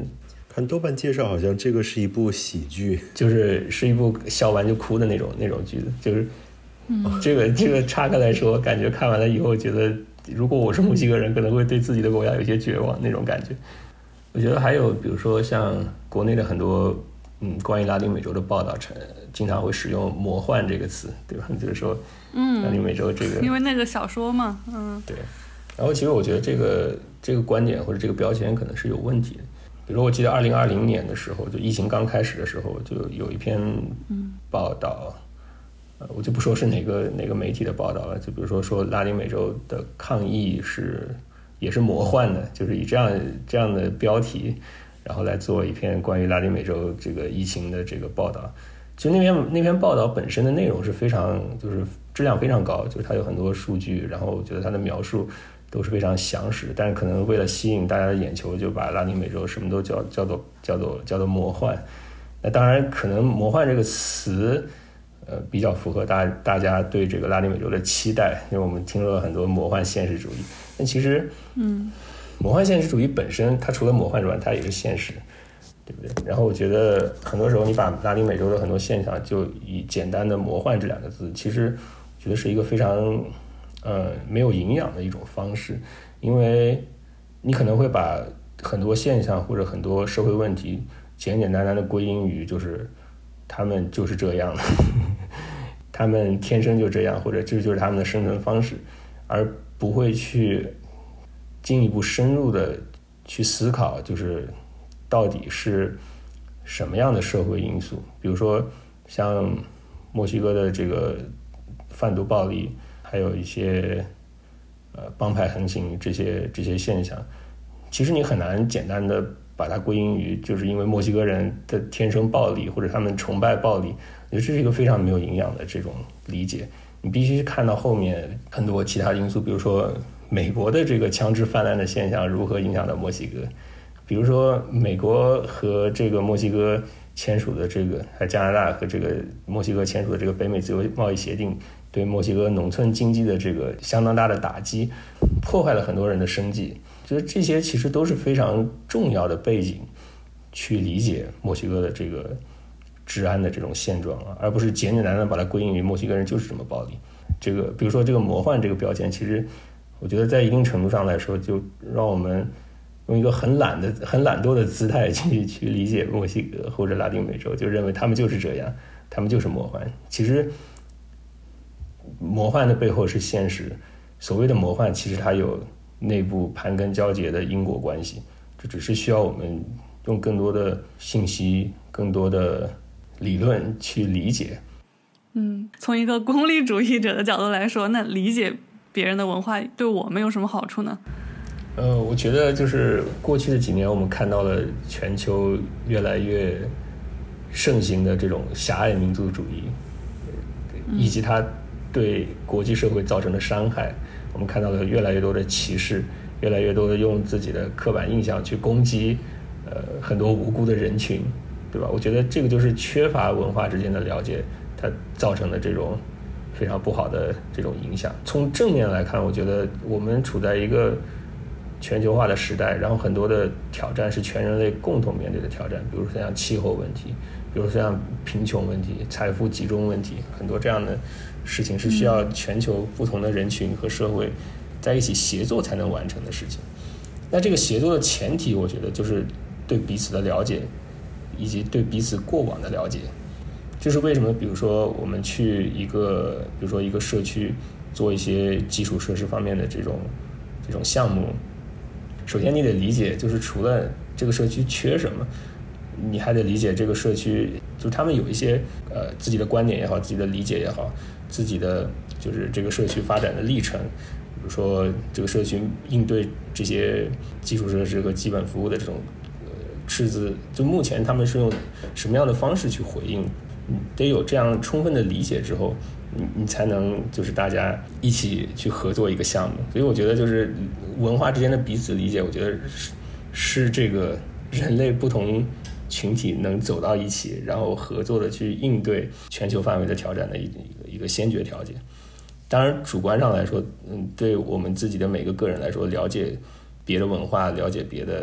看豆瓣介绍，好像这个是一部喜剧， 就是是一部笑完就哭的那种那种剧子，就是，嗯，这个这个岔开来说，感觉看完了以后，觉得如果我是墨西哥人，可能会对自己的国家有些绝望那种感觉。我觉得还有比如说像国内的很多嗯关于拉丁美洲的报道，经常会使用魔幻这个词，对吧？就是说，嗯，拉丁美洲这个， 因为那个小说嘛，嗯， 对。然后其实我觉得这个这个观点或者这个标签可能是有问题的。比如说我记得二零二零年的时候，就疫情刚开始的时候，就有一篇报道，呃，我就不说是哪个哪个媒体的报道了，就比如说说拉丁美洲的抗疫是也是魔幻的，就是以这样这样的标题，然后来做一篇关于拉丁美洲这个疫情的这个报道。就那篇那篇报道本身的内容是非常就是质量非常高，就是它有很多数据，然后我觉得它的描述都是非常详实，但是可能为了吸引大家的眼球，就把拉丁美洲什么都叫叫做叫做叫做魔幻。那当然，可能魔幻这个词，呃，比较符合大大家对这个拉丁美洲的期待，因为我们听说了很多魔幻现实主义。但其实，嗯，魔幻现实主义本身，它除了魔幻之外，它也是现实，对不对？然后我觉得很多时候你把拉丁美洲的很多现象就以简单的魔幻这两个字，其实我觉得是一个非常呃没有营养的一种方式，因为你可能会把很多现象或者很多社会问题简简单单的归因于就是他们就是这样的他们天生就这样，或者这就是他们的生存方式，而不会去进一步深入的去思考就是到底是什么样的社会因素。比如说像墨西哥的这个贩毒暴力，还有一些呃帮派横行这些这些现象，其实你很难简单的把它归因于就是因为墨西哥人的天生暴力或者他们崇拜暴力。我觉得这是一个非常没有营养的这种理解，你必须看到后面很多其他因素，比如说美国的这个枪支泛滥的现象如何影响到墨西哥，比如说美国和这个墨西哥签署的这个，还加拿大和这个墨西哥签署的这个北美自由贸易协定，对墨西哥农村经济的这个相当大的打击，破坏了很多人的生计。就是这些其实都是非常重要的背景，去理解墨西哥的这个治安的这种现状啊，而不是简简单单把它归因于墨西哥人就是这么暴力。这个比如说这个魔幻这个标签，其实我觉得在一定程度上来说，就让我们用一个很懒的、很懒惰的姿态去去理解墨西哥或者拉丁美洲，就认为他们就是这样，他们就是魔幻。其实魔幻的背后是现实，所谓的魔幻其实它有内部盘根交节的因果关系，这只是需要我们用更多的信息、更多的理论去理解。 嗯，从一个功利主义者的角度来说，那理解别人的文化对我们有什么好处呢？ 呃，我觉得就是过去的几年，我们看到了全球越来越盛行的这种狭隘民族主义，以及它对国际社会造成的伤害。我们看到了越来越多的歧视，越来越多的用自己的刻板印象去攻击呃很多无辜的人群，对吧？我觉得这个就是缺乏文化之间的了解，它造成的这种非常不好的这种影响。从正面来看，我觉得我们处在一个全球化的时代，然后很多的挑战是全人类共同面对的挑战，比如说像气候问题，比如说像贫穷问题、财富集中问题，很多这样的事情是需要全球不同的人群和社会在一起协作才能完成的事情。那这个协作的前提，我觉得就是对彼此的了解，以及对彼此过往的了解。这是为什么比如说我们去一个比如说一个社区做一些基础设施方面的这种这种项目，首先你得理解就是除了这个社区缺什么，你还得理解这个社区就是他们有一些呃自己的观点也好，自己的理解也好，自己的就是这个社区发展的历程，比如说这个社区应对这些基础设施和基本服务的这种呃赤字，就目前他们是用什么样的方式去回应，你得有这样充分的理解之后，你你才能就是大家一起去合作一个项目。所以我觉得就是文化之间的彼此理解，我觉得是是这个人类不同群体能走到一起，然后合作的去应对全球范围的挑战的一个一个先决条件。当然主观上来说，嗯，对我们自己的每个个人来说，了解别的文化，了解别的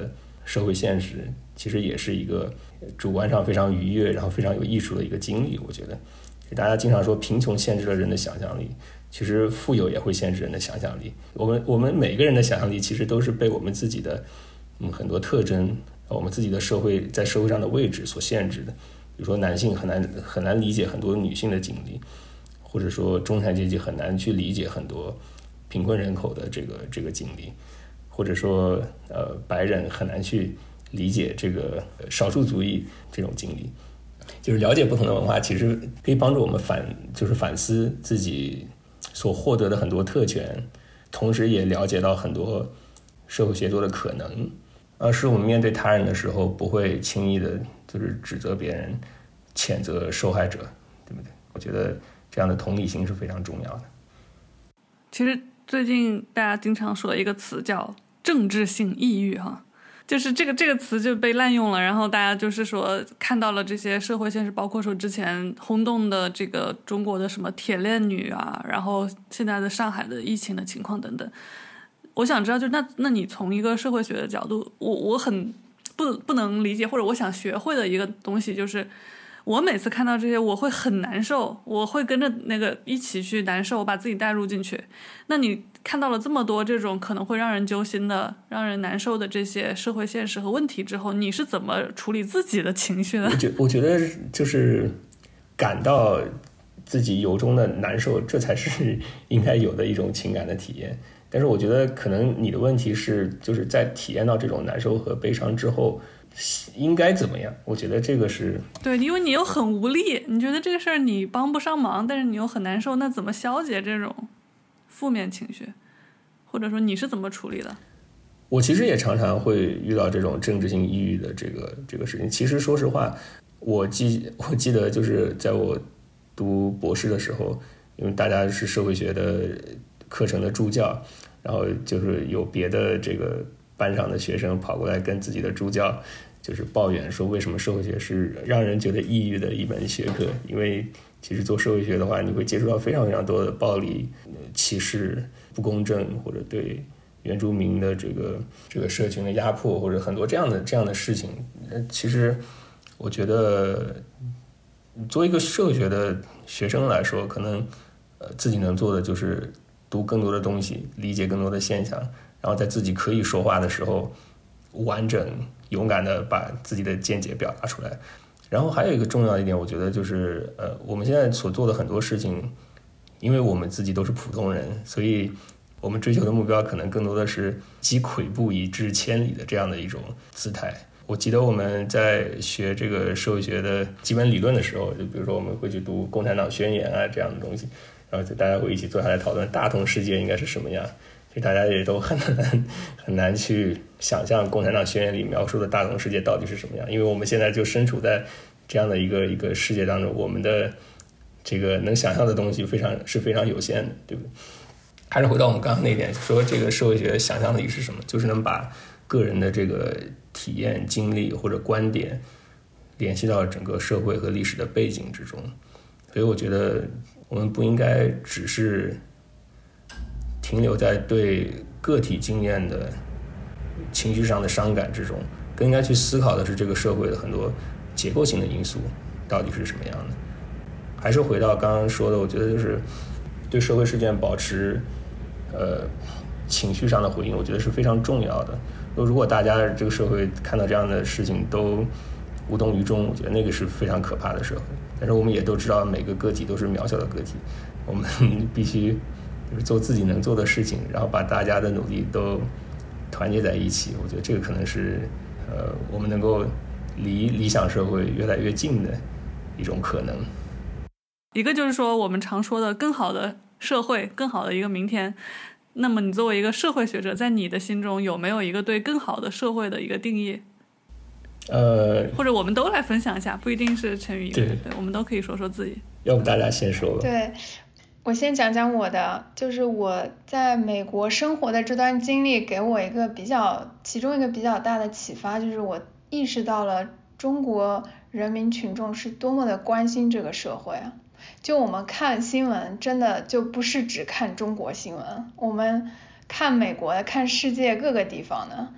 社会现实，其实也是一个主观上非常愉悦，然后非常有艺术的一个经历。我觉得大家经常说贫穷限制了人的想象力，其实富有也会限制人的想象力。我们我们每个人的想象力其实都是被我们自己的嗯很多特征，我们自己的社会在社会上的位置所限制的。比如说男性很难很难理解很多女性的经历，或者说中产阶级很难去理解很多贫困人口的这个这个经历，或者说呃白人很难去理解这个少数族裔这种经历。就是了解不同的文化，其实可以帮助我们反就是反思自己所获得的很多特权，同时也了解到很多社会协作的可能，而是我们面对他人的时候不会轻易的就是指责别人，谴责受害者，对不对？我觉得这样的同理心是非常重要的。 其实最近大家经常说一个词叫政治性抑郁哈，就是这个这个词就被滥用了，然后大家就是说看到了这些社会现实，包括说之前轰动的这个中国的什么铁链女啊，然后现在的上海的疫情的情况等等。我想知道，就那那你从一个社会学的角度，我我很不不能理解，或者我想学会的一个东西就是，我每次看到这些我会很难受，我会跟着那个一起去难受，我把自己带入进去。那你看到了这么多这种可能会让人揪心的让人难受的这些社会现实和问题之后，你是怎么处理自己的情绪的？ 我觉我觉得就是感到自己由衷的难受，这才是应该有的一种情感的体验。但是我觉得可能你的问题是就是在体验到这种难受和悲伤之后应该怎么样。我觉得这个是对，因为你又很无力，你觉得这个事儿你帮不上忙，但是你又很难受，那怎么消解这种负面情绪，或者说你是怎么处理的？ 我其实也常常会遇到这种政治性抑郁的这个这个事情。其实说实话，我记我记得就是在我读博士的时候，因为大家是社会学的课程的助教，然后就是有别的这个班上的学生跑过来跟自己的助教就是抱怨说，为什么社会学是让人觉得抑郁的一门学科？因为其实做社会学的话，你会接触到非常非常多的暴力、歧视、不公正，或者对原住民的这个这个社群的压迫，或者很多这样的这样的事情。其实我觉得作为一个社会学的学生来说，可能呃自己能做的就是读更多的东西，理解更多的现象，然后在自己可以说话的时候完整勇敢的把自己的见解表达出来。然后还有一个重要一点，我觉得就是呃我们现在所做的很多事情，因为我们自己都是普通人，所以我们追求的目标可能更多的是积跬步以至千里的这样的一种姿态。我记得我们在学这个社会学的基本理论的时候，就比如说我们会去读共产党宣言啊这样的东西，然后就大家会一起坐下来讨论大同世界应该是什么样。其实大家也都很难很难去想象共产党宣言里描述的大同世界到底是什么样，因为我们现在就身处在这样的一个一个世界当中，我们的这个能想象的东西非常是非常有限的，对不对？还是回到我们刚刚那一点，说这个社会学想象力是什么，就是能把个人的这个体验经历或者观点联系到整个社会和历史的背景之中。所以我觉得我们不应该只是停留在对个体经验的情绪上的伤感之中，更应该去思考的是这个社会的很多结构性的因素到底是什么样的。还是回到刚刚说的，我觉得就是对社会事件保持呃情绪上的回应，我觉得是非常重要的。如果大家这个社会看到这样的事情都无动于衷，我觉得那个是非常可怕的社会。但是我们也都知道每个个体都是渺小的个体，我们必须就是做自己能做的事情，然后把大家的努力都团结在一起。我觉得这个可能是呃我们能够离理想社会越来越近的一种可能。 一个就是说我们常说的更好的社会，更好的一个明天。那么你作为一个社会学者，在你的心中有没有一个对更好的社会的一个定义？ 呃， 或者我们都来分享一下，不一定是陈宇一个人，对，我们都可以说说自己。 要不大家先说吧。 对，我先讲讲我的，就是我在美国生活的这段经历给我一个比较，其中一个比较大的启发，就是我意识到了中国人民群众是多么的关心这个社会啊。就我们看新闻真的就不是只看中国新闻，我们看美国的，看世界各个地方的。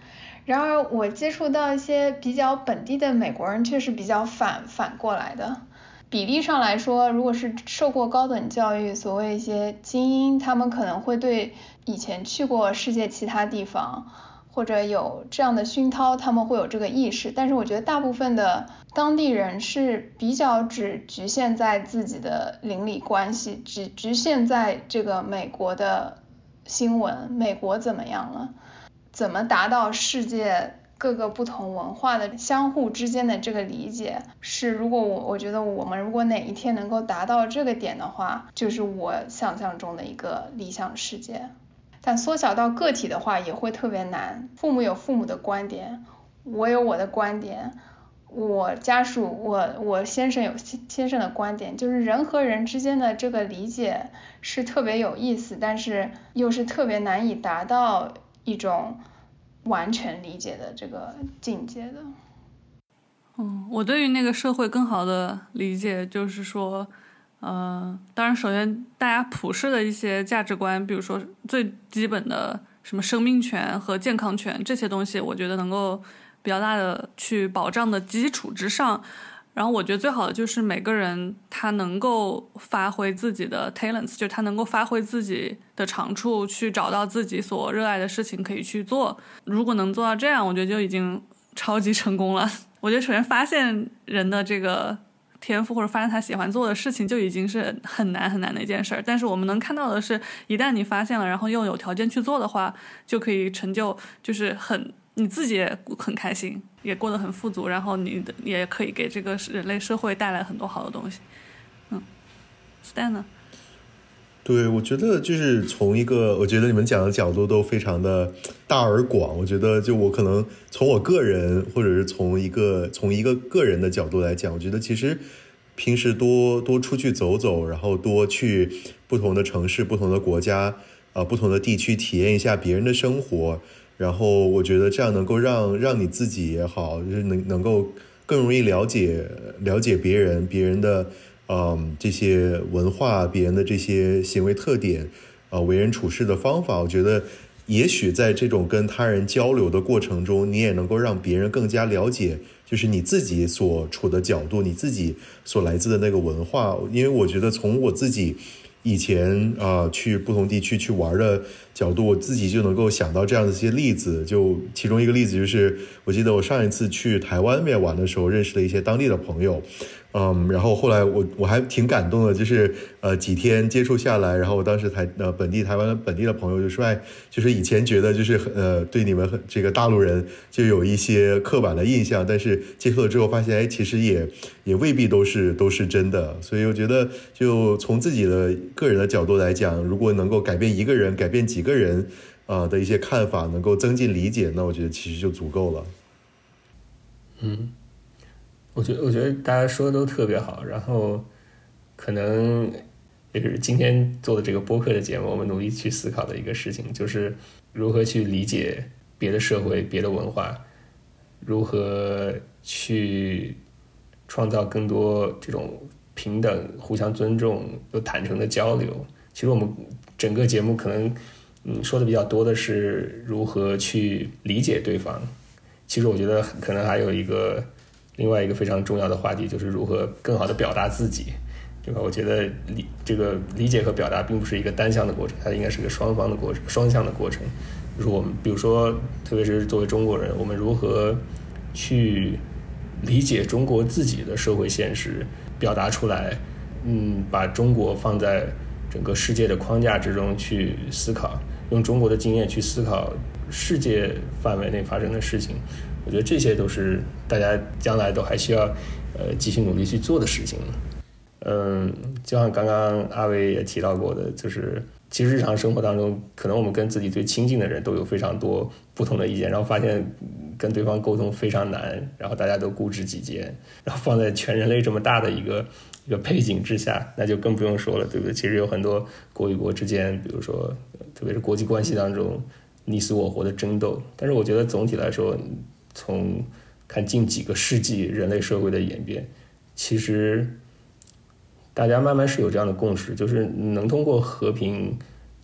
然而我接触到一些比较本地的美国人却是比较反反过来的。比例上来说，如果是受过高等教育，所谓一些精英，他们可能会对以前去过世界其他地方或者有这样的熏陶，他们会有这个意识。但是我觉得大部分的当地人是比较只局限在自己的邻里关系，只局限在这个美国的新闻，美国怎么样了，怎么达到世界各个不同文化的相互之间的这个理解，是如果我我觉得我们如果哪一天能够达到这个点的话，就是我想象中的一个理想世界。但缩小到个体的话也会特别难，父母有父母的观点，我有我的观点，我家属我我先生有先生的观点，就是人和人之间的这个理解是特别有意思，但是又是特别难以达到一种完全理解的这个境界的。 嗯，我对于那个社会更好的理解就是说，呃，当然首先大家普世的一些价值观，比如说最基本的什么生命权和健康权这些东西，我觉得能够比较大的去保障的基础之上，然后我觉得最好的就是每个人他能够发挥自己的 talents， 就是他能够发挥自己的长处，去找到自己所热爱的事情可以去做。如果能做到这样，我觉得就已经超级成功了。我觉得首先发现人的这个天赋或者发现他喜欢做的事情就已经是很难很难的一件事儿，但是我们能看到的是一旦你发现了，然后又有条件去做的话，就可以成就，就是很你自己也很开心，也过得很富足，然后你也可以给这个人类社会带来很多好的东西。嗯 Stan 呢？ 对，我觉得就是从一个，我觉得你们讲的角度都非常的大而广。我觉得就我可能从我个人，或者是从一个从一个个人的角度来讲，我觉得其实平时多多出去走走，然后多去不同的城市、不同的国家、呃不同的地区体验一下别人的生活，然后我觉得这样能够让让你自己也好，就是能能够更容易了解了解别人，别人的。嗯，这些文化，别人的这些行为特点，呃，为人处事的方法，我觉得也许在这种跟他人交流的过程中，你也能够让别人更加了解，就是你自己所处的角度，你自己所来自的那个文化。因为我觉得从我自己以前啊、呃、去不同地区去玩的角度，我自己就能够想到这样的一些例子。就其中一个例子就是，我记得我上一次去台湾那边玩的时候，认识了一些当地的朋友。嗯，然后后来我我还挺感动的，就是呃几天接触下来，然后我当时台呃本地台湾本地的朋友就说，哎，就是以前觉得就是呃对你们这个大陆人就有一些刻板的印象，但是接触了之后发现，哎，其实也也未必都是都是真的。所以我觉得，就从自己的个人的角度来讲，如果能够改变一个人，改变几个人啊、呃、的一些看法，能够增进理解，那我觉得其实就足够了。 嗯。我觉得，我觉得大家说的都特别好，然后可能也是今天做的这个播客的节目，我们努力去思考的一个事情，就是如何去理解别的社会、别的文化，如何去创造更多这种平等、互相尊重、有坦诚的交流。其实我们整个节目可能嗯说的比较多的是如何去理解对方，其实我觉得可能还有一个。另外一个非常重要的话题就是如何更好的表达自己，对吧？我觉得理这个理解和表达并不是一个单向的过程，它应该是个双方的过程，双向的过程。就是我们比如说，特别是作为中国人，我们如何去理解中国自己的社会现实，表达出来，嗯，把中国放在整个世界的框架之中去思考，用中国的经验去思考世界范围内发生的事情。我觉得这些都是大家将来都还需要呃继续努力去做的事情。嗯，就像刚刚阿伟也提到过的，就是其实日常生活当中，可能我们跟自己最亲近的人都有非常多不同的意见，然后发现跟对方沟通非常难，然后大家都固执己见，然后放在全人类这么大的一个一个背景之下，那就更不用说了，对不对？其实有很多国与国之间，比如说特别是国际关系当中你死我活的争斗，但是我觉得总体来说，从看近几个世纪人类社会的演变，其实大家慢慢是有这样的共识，就是能通过和平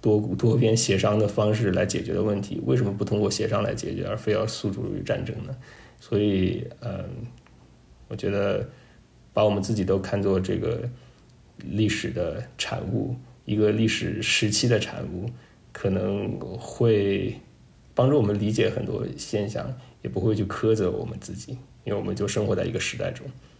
多多边协商的方式来解决的问题，为什么不通过协商来解决，而非要诉诸于战争呢？所以，嗯，我觉得把我们自己都看作这个历史的产物，一个历史时期的产物，可能会帮助我们理解很多现象，也不会去苛责我们自己，因为我们就生活在一个时代中。